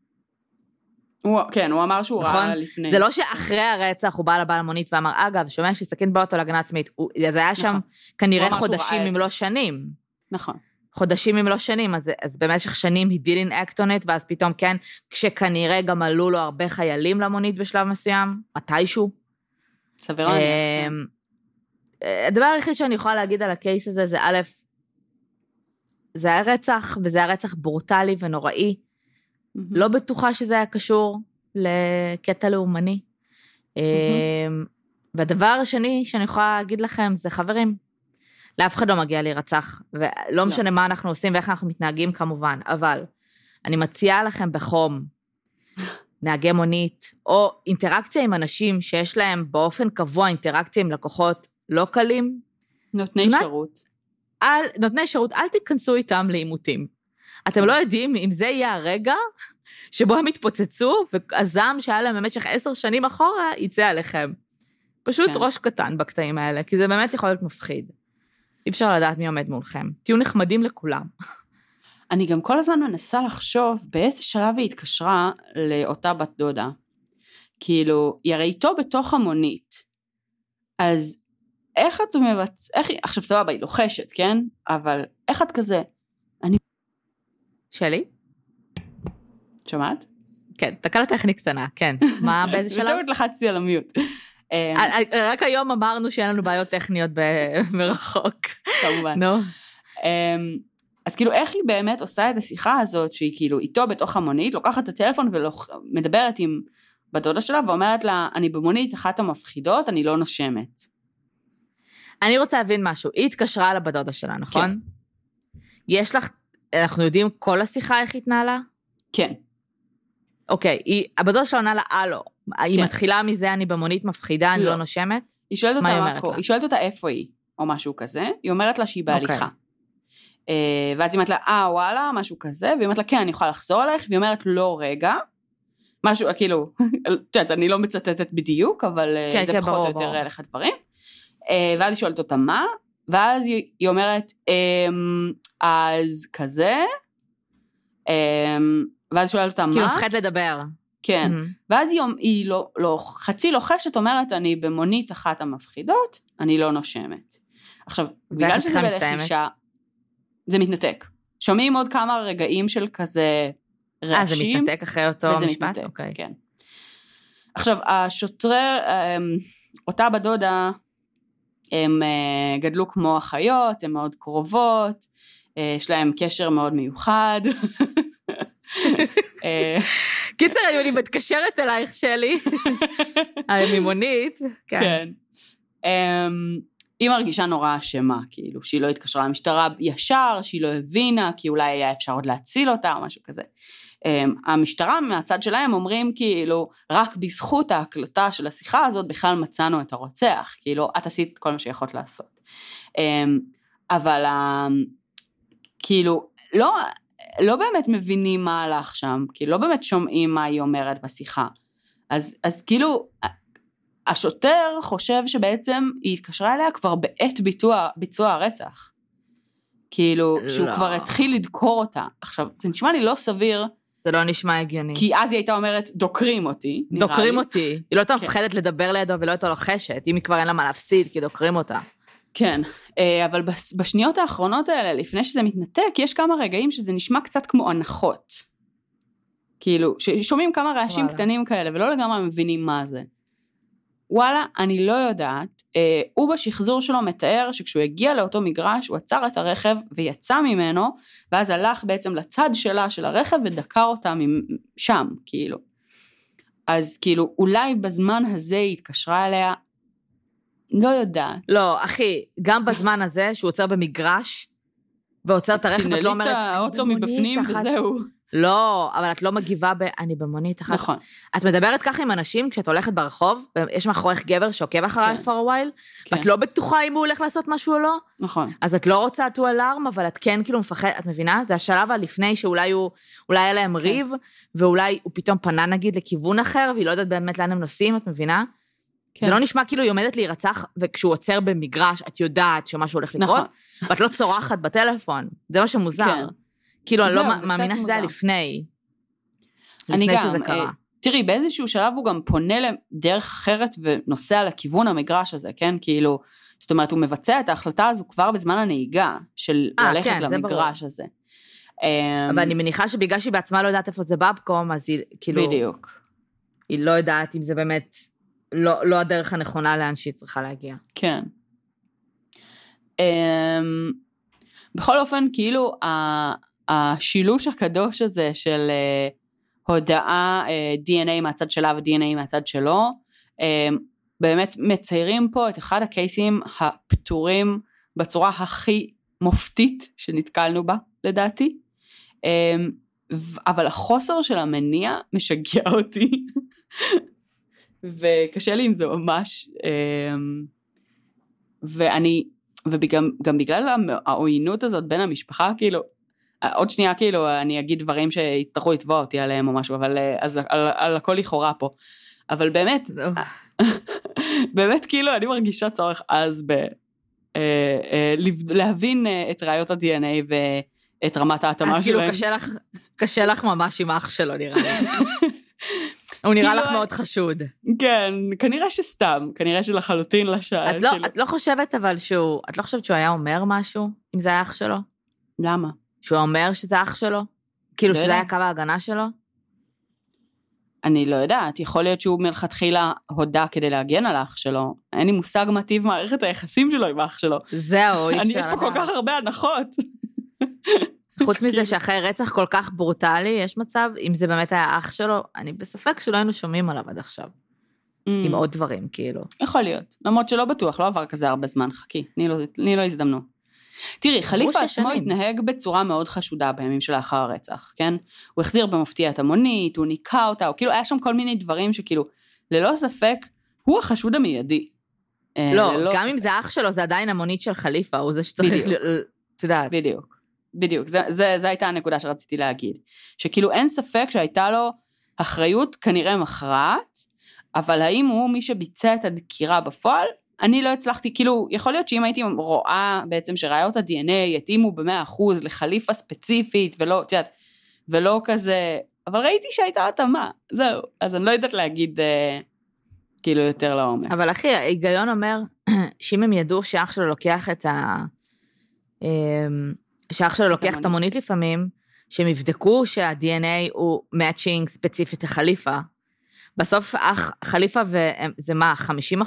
כן, הוא אמר שהוא ראה לפני. זה לא שאחרי הרצח הוא בא לבעל מונית ואמר, אגב, שומע שסכין באוטו להגנה עצמית. זה היה שם כנראה חודשים אם לא שנים. נכון. חודשים אם לא שנים, אז במשך שנים he didn't act on it, ואז פתאום כן, כשכנראה גם עלו לו הרבה חיילים למונית בשלב מסוים, מתישהו. סביר להניח. הדבר היחיד שאני יכולה להגיד על הקייס הזה, זה א', זה היה רצח, וזה היה רצח ברוטלי ונוראי. לא בטוחה שזה היה קשור לקטע לאומני. והדבר השני שאני יכולה להגיד לכם, זה חברים, לאף אחד לא מגיע להירצח, ולא משנה מה אנחנו עושים ואיך אנחנו מתנהגים כמובן, אבל אני מציעה לכם בחום, נהגי מונית, או אינטראקציה עם אנשים שיש להם באופן קבוע אינטראקציה עם לקוחות לא קלים. נותני שירות. נותני שירות, אל תיכנסו איתם לעימותים. אתם לא יודעים אם זה יהיה הרגע שבו הם יתפוצצו, והזעם שהיה להם במשך 10 שנים אחורה יצא עליכם. פשוט ראש קטן בקטעים האלה, כי זה באמת יכול להיות מפחיד. אי אפשר לדעת מי עומד מולכם. תהיו נחמדים לכולם. אני גם כל הזמן מנסה לחשוב באיזה שלב היא התקשרה לאותה בת דודה. כאילו, היא הרי איתו בתוך המונית. אז איך את עכשיו סבבה, היא לוחשת, כן? אבל איך את כזה? שלי? שומעת? כן, תקלה טכנית קטנה, כן. מה, באיזה שלב? בטעות לחצתי על המיוט. רק היום אמרנו שאין לנו בעיות טכניות מרחוק. כמובן. נו. אז כאילו, איך היא באמת עושה את השיחה הזאת, שהיא כאילו איתו בתוך המונית, לוקחת את הטלפון ומדברת עם בדודה שלה, ואומרת לה, אני במונית, אחת המפחידות, אני לא נושמת. אני רוצה להבין משהו. היא התקשרה לבדודה שלה, נכון? כן. יש לך, אנחנו יודעים כל השיחה איך התנהלה? כן. אוקיי, הבדודה שלה עונה לה, אלו. היא מתחילה מזה, אני במונית מפחידה, אני לא נושמת? היא שואלת אותה מה קורה. היא שואלת אותה איפה היא, או משהו כזה. היא אומרת לה שהיא בהליכה. ואז היא אומרת לה, וואלה, משהו כזה, והיא אומרת לה, כן, אני יכולה לחזור עליך, והיא אומרת, לא, רגע. משהו, כאילו, אני לא מצטטת בדיוק, אבל זה פחות או יותר אליך דברים. ואז היא שואלת אותה מה, ואז היא אומרת, אז כזה, ואז היא שואלת אותה מה. כאילו מפחד לדבר. כן, ואז היא חצי לוחשת, אומרת, אני במונית אחת המפחידות, אני לא נושמת. עכשיו, בגלל שזה בלחישה, זה מתנתק. שומעים עוד כמה רגעים של כזה רעשים. זה מתנתק אחרי אותו משפט? אוקיי. כן. עכשיו, השוטרי, אותה בדודה, הם גדלו כמו אחיות, הן מאוד קרובות, יש להם קשר מאוד מיוחד. קיצר, אני מתקשרת אלייך, שלי. המימונית. כן. היא מרגישה נורא אשמה, כאילו, שהיא לא התקשרה למשטרה ישר, שהיא לא הבינה, כי אולי היה אפשר עוד להציל אותה, או משהו כזה. המשטרה מהצד שלהם אומרים, כאילו, רק בזכות ההקלטה של השיחה הזאת, בכלל מצאנו את הרוצח, כאילו, את עשית כל מה שיכולת לעשות. אבל, כאילו, לא באמת מבינים מה הלך שם, כאילו, לא באמת שומעים מה היא אומרת בשיחה. אז כאילו, השוטר חושב שבעצם היא התקשרה אליה כבר בעת ביצוע הרצח. כאילו, שהוא כבר התחיל לדקור אותה. עכשיו, זה נשמע לי לא סביר. זה לא נשמע הגיוני. כי אז היא הייתה אומרת, דוקרים אותי. דוקרים אותי. היא לא הייתה מפחדת לדבר לידו ולא הייתה לוחשת. אם היא כבר אין לה מה להפסיד, כי דוקרים אותה. כן, אבל בשניות האחרונות האלה, לפני שזה מתנתק, יש כמה רגעים שזה נשמע קצת כמו הנחות. כאילו, ששומעים כמה רעשים קטנים כאלה, ולא לגמרי מבינים מה זה. וואלה, אני לא יודעת, הוא בשחזור שלו מתאר שכשהוא הגיע לאותו מגרש, הוא עצר את הרכב ויצא ממנו, ואז הלך בעצם לצד שלה של הרכב ודקר אותה שם, כאילו. אז כאילו, אולי בזמן הזה היא התקשרה אליה, לא יודעת. לא, אחי, גם בזמן הזה, שהוא עוצר במגרש, ועוצר את הרכב, את לא אומרת, תנעלי את האוטו מבפנים וזהו. לא, אבל את לא מגיבה אני במונית אחת. נכון. את מדברת ככה עם אנשים, כשאת הולכת ברחוב, ויש מאחורך גבר שעוקב אחריי for a while, ואת לא בטוחה אם הוא הולך לעשות משהו או לא. נכון. אז את לא רוצה to alarm, אבל את כן כאילו מפחדת, את מבינה? זה השלב הלפני שאולי היה להם ריב, ואולי הוא פתאום פנה נגיד לכיוון אחר, והיא לא יודעת באמת לאן הם נוסעים, את מבינה? זה לא נשמע כאילו היא עומדת להירצח, וכשהוא עוצר במגרש, את יודעת שמשהו הולך לקרות, ואת לא צורחת בטלפון. זה מה שמוזר. כאילו, אני לא מאמינה שזה היה לפני שזה קרה. תראי, באיזשהו שלב הוא גם פונה לדרך אחרת ונוסע לכיוון המגרש הזה, כן? כאילו, זאת אומרת, הוא מבצע את ההחלטה הזו כבר בזמן הנהיגה של ללכת למגרש הזה. אבל אני מניחה שבגלל שהיא בעצמה לא יודעת איפה זה בבקום, אז היא כאילו... בדיוק. היא לא יודעת אם זה באמת לא הדרך הנכונה לאן שהיא צריכה להגיע. כן. בכל אופן, כאילו, השילוש הקדוש הזה של הודעה DNA מהצד שלה ו-DNA מהצד שלו, באמת מציירים פה את אחד הקייסים הפטורים בצורה הכי מופתית שנתקלנו בה, לדעתי. אבל החוסר של המניע משגע אותי, וקשה לי עם זה ממש, וגם בגלל העוינות הזאת בין המשפחה, כאילו, עוד שנייה כאילו אני אגיד דברים שיצטרכו לתבוע אותי עליהם או משהו, אבל אז על הכל לכאורה פה. אבל באמת, באמת כאילו אני מרגישה צורך אז להבין את ראיות ה-DNA ואת רמת ההתאמה שלהם. אז כאילו קשה לך ממש עם אח שלו נראה לי. הוא נראה לך מאוד חשוד. כן, כנראה שסתם, כנראה שלחלוטין לשעה. את לא חושבת אבל את לא חושבת שהוא היה אומר משהו, אם זה היה אח שלו? למה? שהוא אומר שזה אח שלו? כאילו שזה היה קו ההגנה שלו? אני לא יודעת, יכול להיות שהוא מלכתחילה הודע כדי להגן על האח שלו. אין לי מושג מה טיב מערכת היחסים שלו עם האח שלו. זהו, יש פה כל כך הרבה הנחות. חוץ מזה שאחרי רצח כל כך ברוטלי, יש מצב, אם זה באמת היה אח שלו, אני בספק שלא היינו שומעים עליו עד עכשיו. עם עוד דברים, כאילו. יכול להיות. למרות שלא בטוח, לא עבר כזה הרבה זמן, חכי. אני לא הזדמנו. תראי, חליפה עצמו התנהג בצורה מאוד חשודה בימים שלאחר הרצח, כן? הוא החזיר במפתיע את המונית, הוא ניקה אותה, הוא כאילו היה שם כל מיני דברים שכאילו, ללא ספק, הוא החשוד המיידי. לא, גם אם זה אח שלו, זה עדיין המונית של חליפה, הוא זה שצריך, תדעת. בדיוק, זה הייתה הנקודה שרציתי להגיד. שכאילו אין ספק שהייתה לו אחריות כנראה מכרעת, אבל האם הוא מי שביצע את הדקירה בפועל? אני לא הצלחתי, כאילו, יכול להיות שאם הייתי רואה בעצם שראיות ה-DNA יתאימו ב100% לחליפה ספציפית, ולא, תיודעת, ולא כזה, אבל ראיתי שהייתה התאמה, זהו, אז אני לא יודעת להגיד, כאילו, יותר לעומק. אבל אחי, ההיגיון אומר, שאם הם ידעו שאח שלו לוקח את המונית לפעמים, שהם יבדקו שה-DNA הוא מאצ'ינג ספציפית לחליפה, בסוף חליפה זה מה, 50%?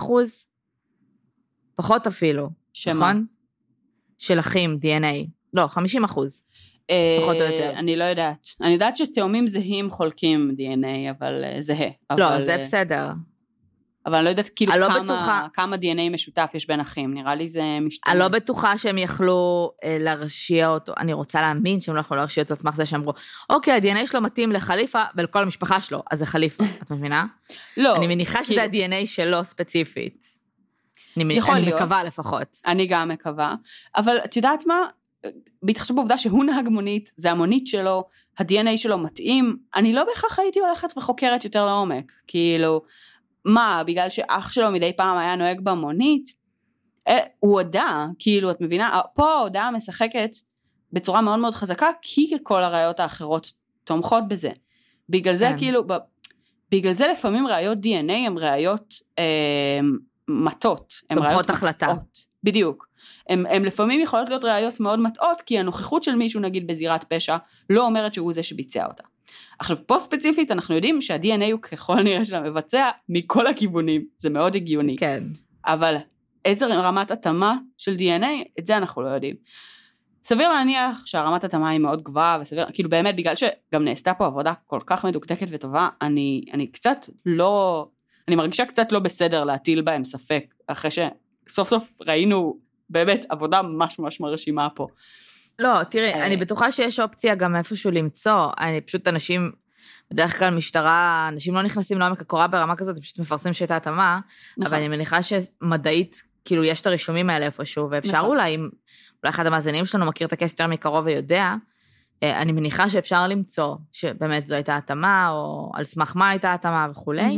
פחות אפילו, נכון? של אחים, DNA. לא, 50%. פחות או יותר. אני לא יודעת. אני יודעת שתאומים זהים חולקים DNA, אבל זהה. לא, זה בסדר. אבל אני לא יודעת כאילו כמה DNA משותף יש בין אחים, נראה לי זה משתנה. אני לא בטוחה שהם יכלו להרשיע אותו, אני רוצה להאמין שהם לא יכלו להרשיע אותו, עצמך זה שאמרו, אוקיי, ה-DNA שלו מתאים לחליפה ולכל המשפחה שלו, אז זה חליפה, את מבינה? לא. אני מניחה שזה ה-DNA שלו ספציפית. אני מקווה לפחות. אני גם מקווה, אבל את יודעת מה? בהתחשב בעובדה שהוא נהג מונית, זה המונית שלו, ה-DNA שלו מתאים, אני לא בהכרח הייתי הולכת וחוקרת יותר לעומק, כאילו, מה, בגלל שאח שלו מדי פעם היה נוהג במונית, הוא הודע, כאילו, את מבינה, פה ההודעה משחקת בצורה מאוד מאוד חזקה, כי כל הראיות האחרות תומכות בזה. בגלל זה, כאילו, בגלל זה לפעמים ראיות DNA הן ראיות מטות. תומכות החלטה. בדיוק. הם לפעמים יכולות להיות ראיות מאוד מטעות, כי הנוכחות של מישהו, נגיד, בזירת פשע, לא אומרת שהוא זה שביצע אותה. עכשיו, פה ספציפית אנחנו יודעים שה-DNA הוא ככל הנראה של המבצע מכל הכיוונים, זה מאוד הגיוני. כן. אבל איזה רמת התאמה של DNA, את זה אנחנו לא יודעים. סביר להניח שהרמת התאמה היא מאוד גבוהה, וסביר, כאילו באמת בגלל שגם נעשתה פה עבודה כל כך מדוקדקת וטובה, אני קצת לא, אני מרגישה קצת לא בסדר להטיל בהם ספק, אחרי שסוף סוף ראינו באמת עבודה ממש ממש מרשימה פה. לא, תראי, אני בטוחה שיש אופציה גם איפשהו למצוא, אני פשוט אנשים, בדרך כלל משטרה, אנשים לא נכנסים לעומק הקורה ברמה כזאת, פשוט מפרסמים שהייתה התאמה, אבל אני מניחה שמדעית, כאילו יש את הרישומים האלה איפשהו, ואפשר אולי, אולי אחד המאזינים שלנו מכיר את הקייס יותר מקרוב ויודע, אני מניחה שאפשר למצוא שבאמת זו הייתה התאמה, או על סמך מה הייתה התאמה וכולי.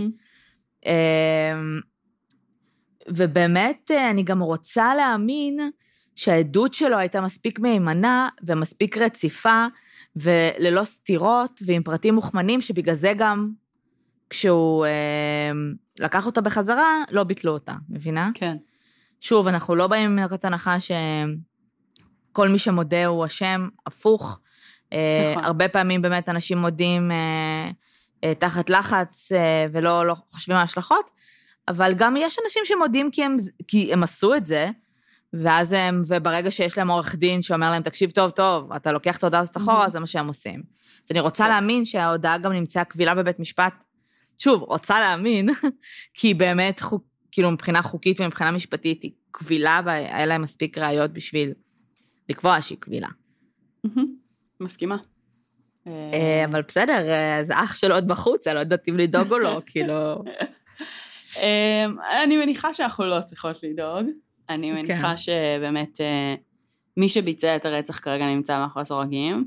ובאמת אני גם רוצה להאמין שהעדות שלו הייתה מספיק מהימנה ומספיק רציפה וללא סתירות ועם פרטים מוכמנים, שבגלל זה גם כשהוא לקח אותה בחזרה, לא ביטלו אותה, מבינה? כן. שוב, אנחנו לא באים מנקודת הנחה שכל מי שמודה הוא אשם, הפוך. נכון. הרבה פעמים באמת אנשים מודים תחת לחץ ולא חושבים על השלכות, אבל גם יש אנשים שמודים כי הם עשו את זה, ואז וברגע שיש להם עורך דין שאומר להם, תקשיב טוב טוב, אתה לוקח את ההודעה הזאת אחורה, זה מה שהם עושים. אז אני רוצה להאמין שההודעה גם נמצאה קבילה בבית משפט, שוב, רוצה להאמין, כי באמת, כאילו מבחינה חוקית ומבחינה משפטית היא קבילה, והיה להם מספיק ראיות בשביל לקבוע שהיא קבילה. מסכימה. אבל בסדר, זה אח שלו עוד בחוץ, אני לא יודעת אם לדאוג או לא, כאילו... אני מניחה שאנחנו לא צריכות לדאוג. אני מניחה שבאמת מי שביצע את הרצח כרגע נמצא מאחורי סורגים.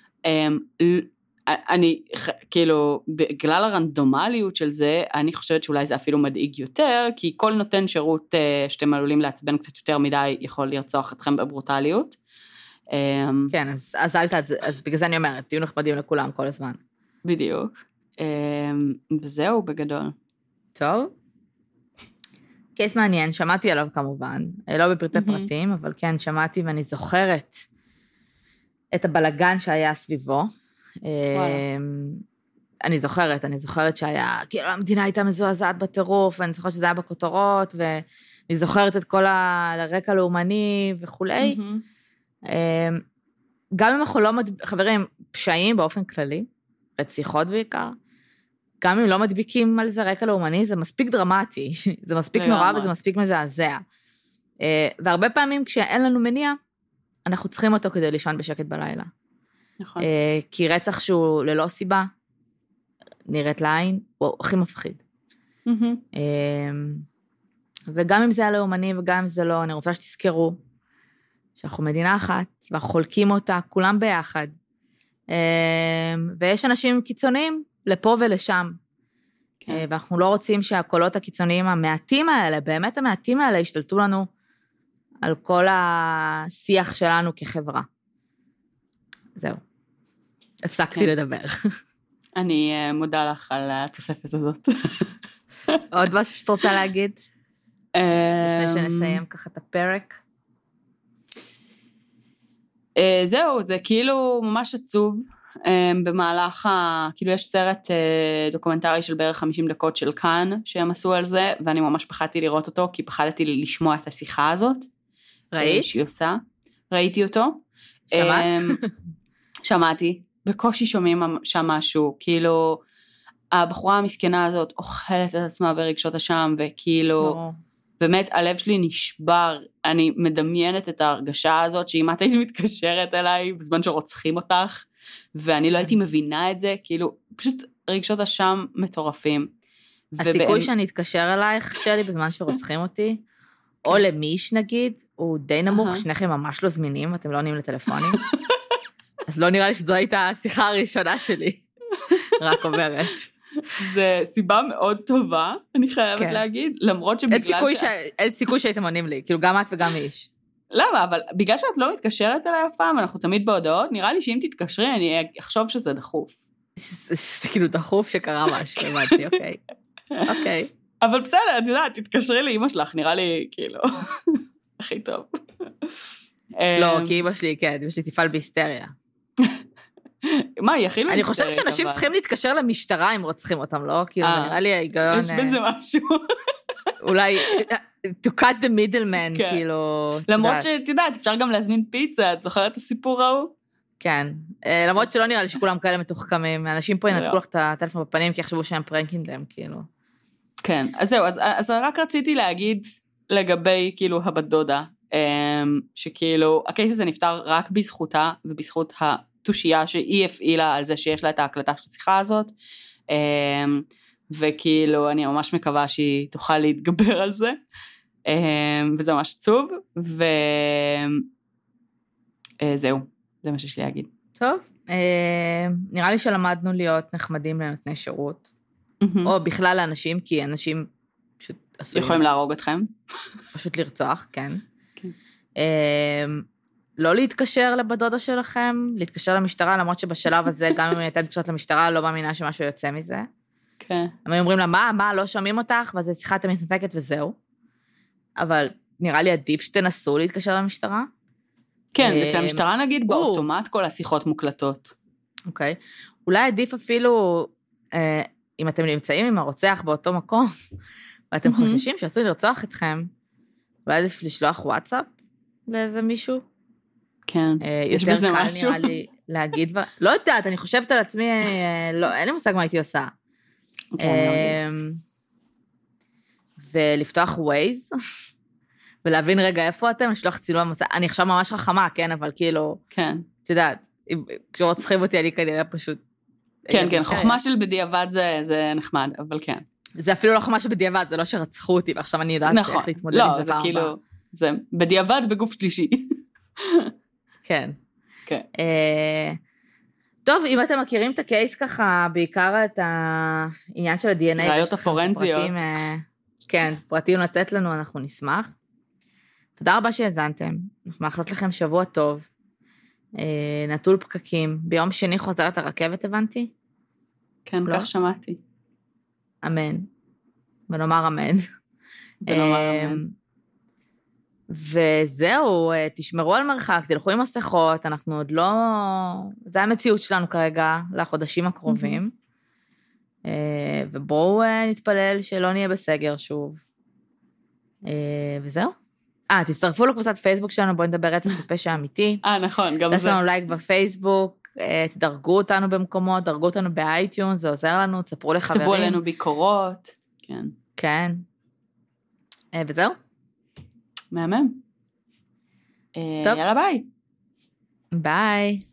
אני, כאילו, בגלל הרנדומליות של זה, אני חושבת שאולי זה אפילו מדאיג יותר, כי כל נותן שירות שאתם עלולים לעצבן קצת יותר מדי, יכול לרצוח אתכם בברוטליות. כן, אז בגלל זה אני אומרת, תהיו נכבדים לכולם כל הזמן. בדיוק. וזהו בגדול. טוב. קייס מעניין, שמעתי עליו כמובן, לא בפרטי פרטים, אבל כן, שמעתי ואני זוכרת את הבלגן שהיה סביבו. אני זוכרת שהיה, כאילו המדינה הייתה מזועזעת בטירוף, ואני זוכרת שזה היה בכותרות, ואני זוכרת את כל הרקע לאומני וכולי. גם אם אנחנו לא, חברים, פשעים באופן כללי, רציחות בעיקר, גם אם לא מדביקים על זה רקע לאומני, זה מספיק דרמטי, זה מספיק נורא וזה מספיק מזעזע. והרבה פעמים כשאין לנו מניע, אנחנו צריכים אותו כדי לישון בשקט בלילה. נכון. כי רצח שהוא ללא סיבה, נראית לעין, הוא הכי מפחיד. וגם אם זה הלאומני וגם אם זה לא, אני רוצה שתזכרו, שאנחנו מדינה אחת, ואנחנו חולקים אותה, כולם ביחד. ויש אנשים קיצוניים, לפה ולשם. כן. ואנחנו לא רוצים שהקולות הקיצוניים המעטים האלה, באמת המעטים האלה, ישתלטו לנו על כל השיח שלנו כחברה. זהו. הפסקתי לדבר. אני מודה לך על התוספת הזאת. עוד משהו שאת רוצה להגיד? לפני שנסיים ככה את הפרק. זהו, זה כאילו ממש עצוב. במהלך, כאילו יש סרט דוקומנטרי של בערך 50 דקות של כאן, שהם עשו על זה, ואני ממש פחדתי לראות אותו, כי פחדתי לשמוע את השיחה הזאת. ראית? שהיא עושה. ראיתי אותו. שמעת? שמעתי. בקושי שומעים שם משהו, כאילו, הבחורה המסכנה הזאת אוכלת את עצמה ברגשות אשם, וכאילו, באמת הלב שלי נשבר, אני מדמיינת את ההרגשה הזאת, שאם את היית מתקשרת אליי, בזמן שרוצחים אותך, ואני לא הייתי מבינה את זה, כאילו, פשוט רגשות אשם מטורפים. הסיכוי שאני אתקשר אלייך, שלי, בזמן שרוצחים אותי, או למיש נגיד, הוא די נמוך, שניכם ממש לא זמינים, אתם לא עונים לטלפונים. אז לא נראה לי שזו הייתה השיחה הראשונה שלי. רק אומרת. זה סיבה מאוד טובה, אני חייבת להגיד, למרות שבגלל אין סיכוי שהייתם עונים לי, כאילו גם את וגם איש. למה? אבל בגלל שאת לא מתקשרת אליי אף פעם, אנחנו תמיד בהודעות, נראה לי שאם תתקשרי, אני אחשוב שזה דחוף. שזה כאילו דחוף שקרה משהו, הבנתי, אוקיי. אוקיי. אבל בסדר, את יודעת, תתקשרי לאמא שלך, נראה לי כאילו, הכי טוב. לא, כי אמא שלי, כן, אמא שלי תפעל בהיסטריה. מה, היא הכי לא אני חושבת שאנשים צריכים להתקשר למשטרה אם רוצחים אותם, לא? כאילו, זה נראה לי ההיגיון... יש בזה משהו. אולי, to cut the middleman, כאילו... למרות שאת יודעת, אפשר גם להזמין פיצה, את זוכרת את הסיפור ההוא? כן, למרות שלא נראה לי שכולם כאלה מתוחכמים, אנשים פה ינתקו לך את הטלפון בפנים, כי יחשבו שהם פרנקים דם, כאילו. כן, אז זהו, אז רק רציתי להגיד לגבי, כאילו, הבת דודה, שכאילו, הקייס הזה נפטר רק בזכותה, ובזכות התושייה שהיא הפעילה על זה שיש לה את ההקלטה של השיחה הזאת, וכאילו, אני ממש מקווה שהיא תוכל להתגבר על זה, וזה ממש עצוב, וזהו, זה מה שיש לי להגיד. טוב, נראה לי שלמדנו להיות נחמדים לנותני שירות, או בכלל לאנשים, כי אנשים פשוט עשויים... יכולים להרוג אתכם? פשוט לרצוח, כן. לא להתקשר לבדודה שלכם, להתקשר למשטרה, למרות שבשלב הזה, גם אם הייתה מתקשרת למשטרה, לא מאמינה שמשהו יוצא מזה. כן. הם אומרים לה, מה, לא שומעים אותך, ואז שיחה אתם מתנתקת וזהו. אבל נראה לי עדיף שתנסו להתקשר למשטרה. כן, אצל המשטרה נגיד באוטומט כל השיחות מוקלטות. אוקיי. אולי עדיף אפילו, אם אתם נמצאים עם הרוצח באותו מקום, ואתם חוששים שעשוי לרצוח אתכם, אולי עדיף לשלוח וואטסאפ לאיזה מישהו. כן, יש בזה משהו. יותר קל נראה לי להגיד, לא יודעת, אני חושבת על עצמי, אין לי מושג מה הייתי עושה. ולפתוח ווייז, ולהבין רגע איפה אתם, לשלוח צילום המסע, אני עכשיו ממש חכמה, כן, אבל כאילו, כן. את יודעת, כשרוצחים אותי, אני כנראה פשוט... כן, כן, חוכמה של בדיעבד זה נחמד, אבל כן. זה אפילו לא חוכמה של בדיעבד, זה לא שרצחו אותי, ועכשיו אני יודעת איך להתמודד עם זה פעם הבאה. לא, זה כאילו, זה בדיעבד בגוף שלישי. כן. כן. טוב, אם אתם מכירים את הקייס ככה, בעיקר את העניין של ה-DNA, ראיות הפורנזיות. כן, פרטים לתת לנו, אנחנו נשמח. תודה רבה שהזנתם, אנחנו מאחלות לכם שבוע טוב, נטול פקקים, ביום שני חוזרת הרכבת, הבנתי? כן, כך שמעתי. אמן. ונאמר אמן. וזהו, תשמרו על מרחק, תלכו עם מסכות, אנחנו עוד לא... זה המציאות שלנו כרגע, לחודשים הקרובים. ובואו נתפלל שלא נהיה בסגר שוב. וזהו. תצטרפו לקבוצת פייסבוק שלנו, בואו נדבר רצח בפשע אמיתי. נכון, גם זה. תעשו לנו לייק בפייסבוק, תדרגו אותנו במקומות, דרגו אותנו באייטיונס, זה עוזר לנו, תספרו לחברים. תכתבו עלינו ביקורות. כן. כן. וזהו. מהמם. יאללה ביי. ביי.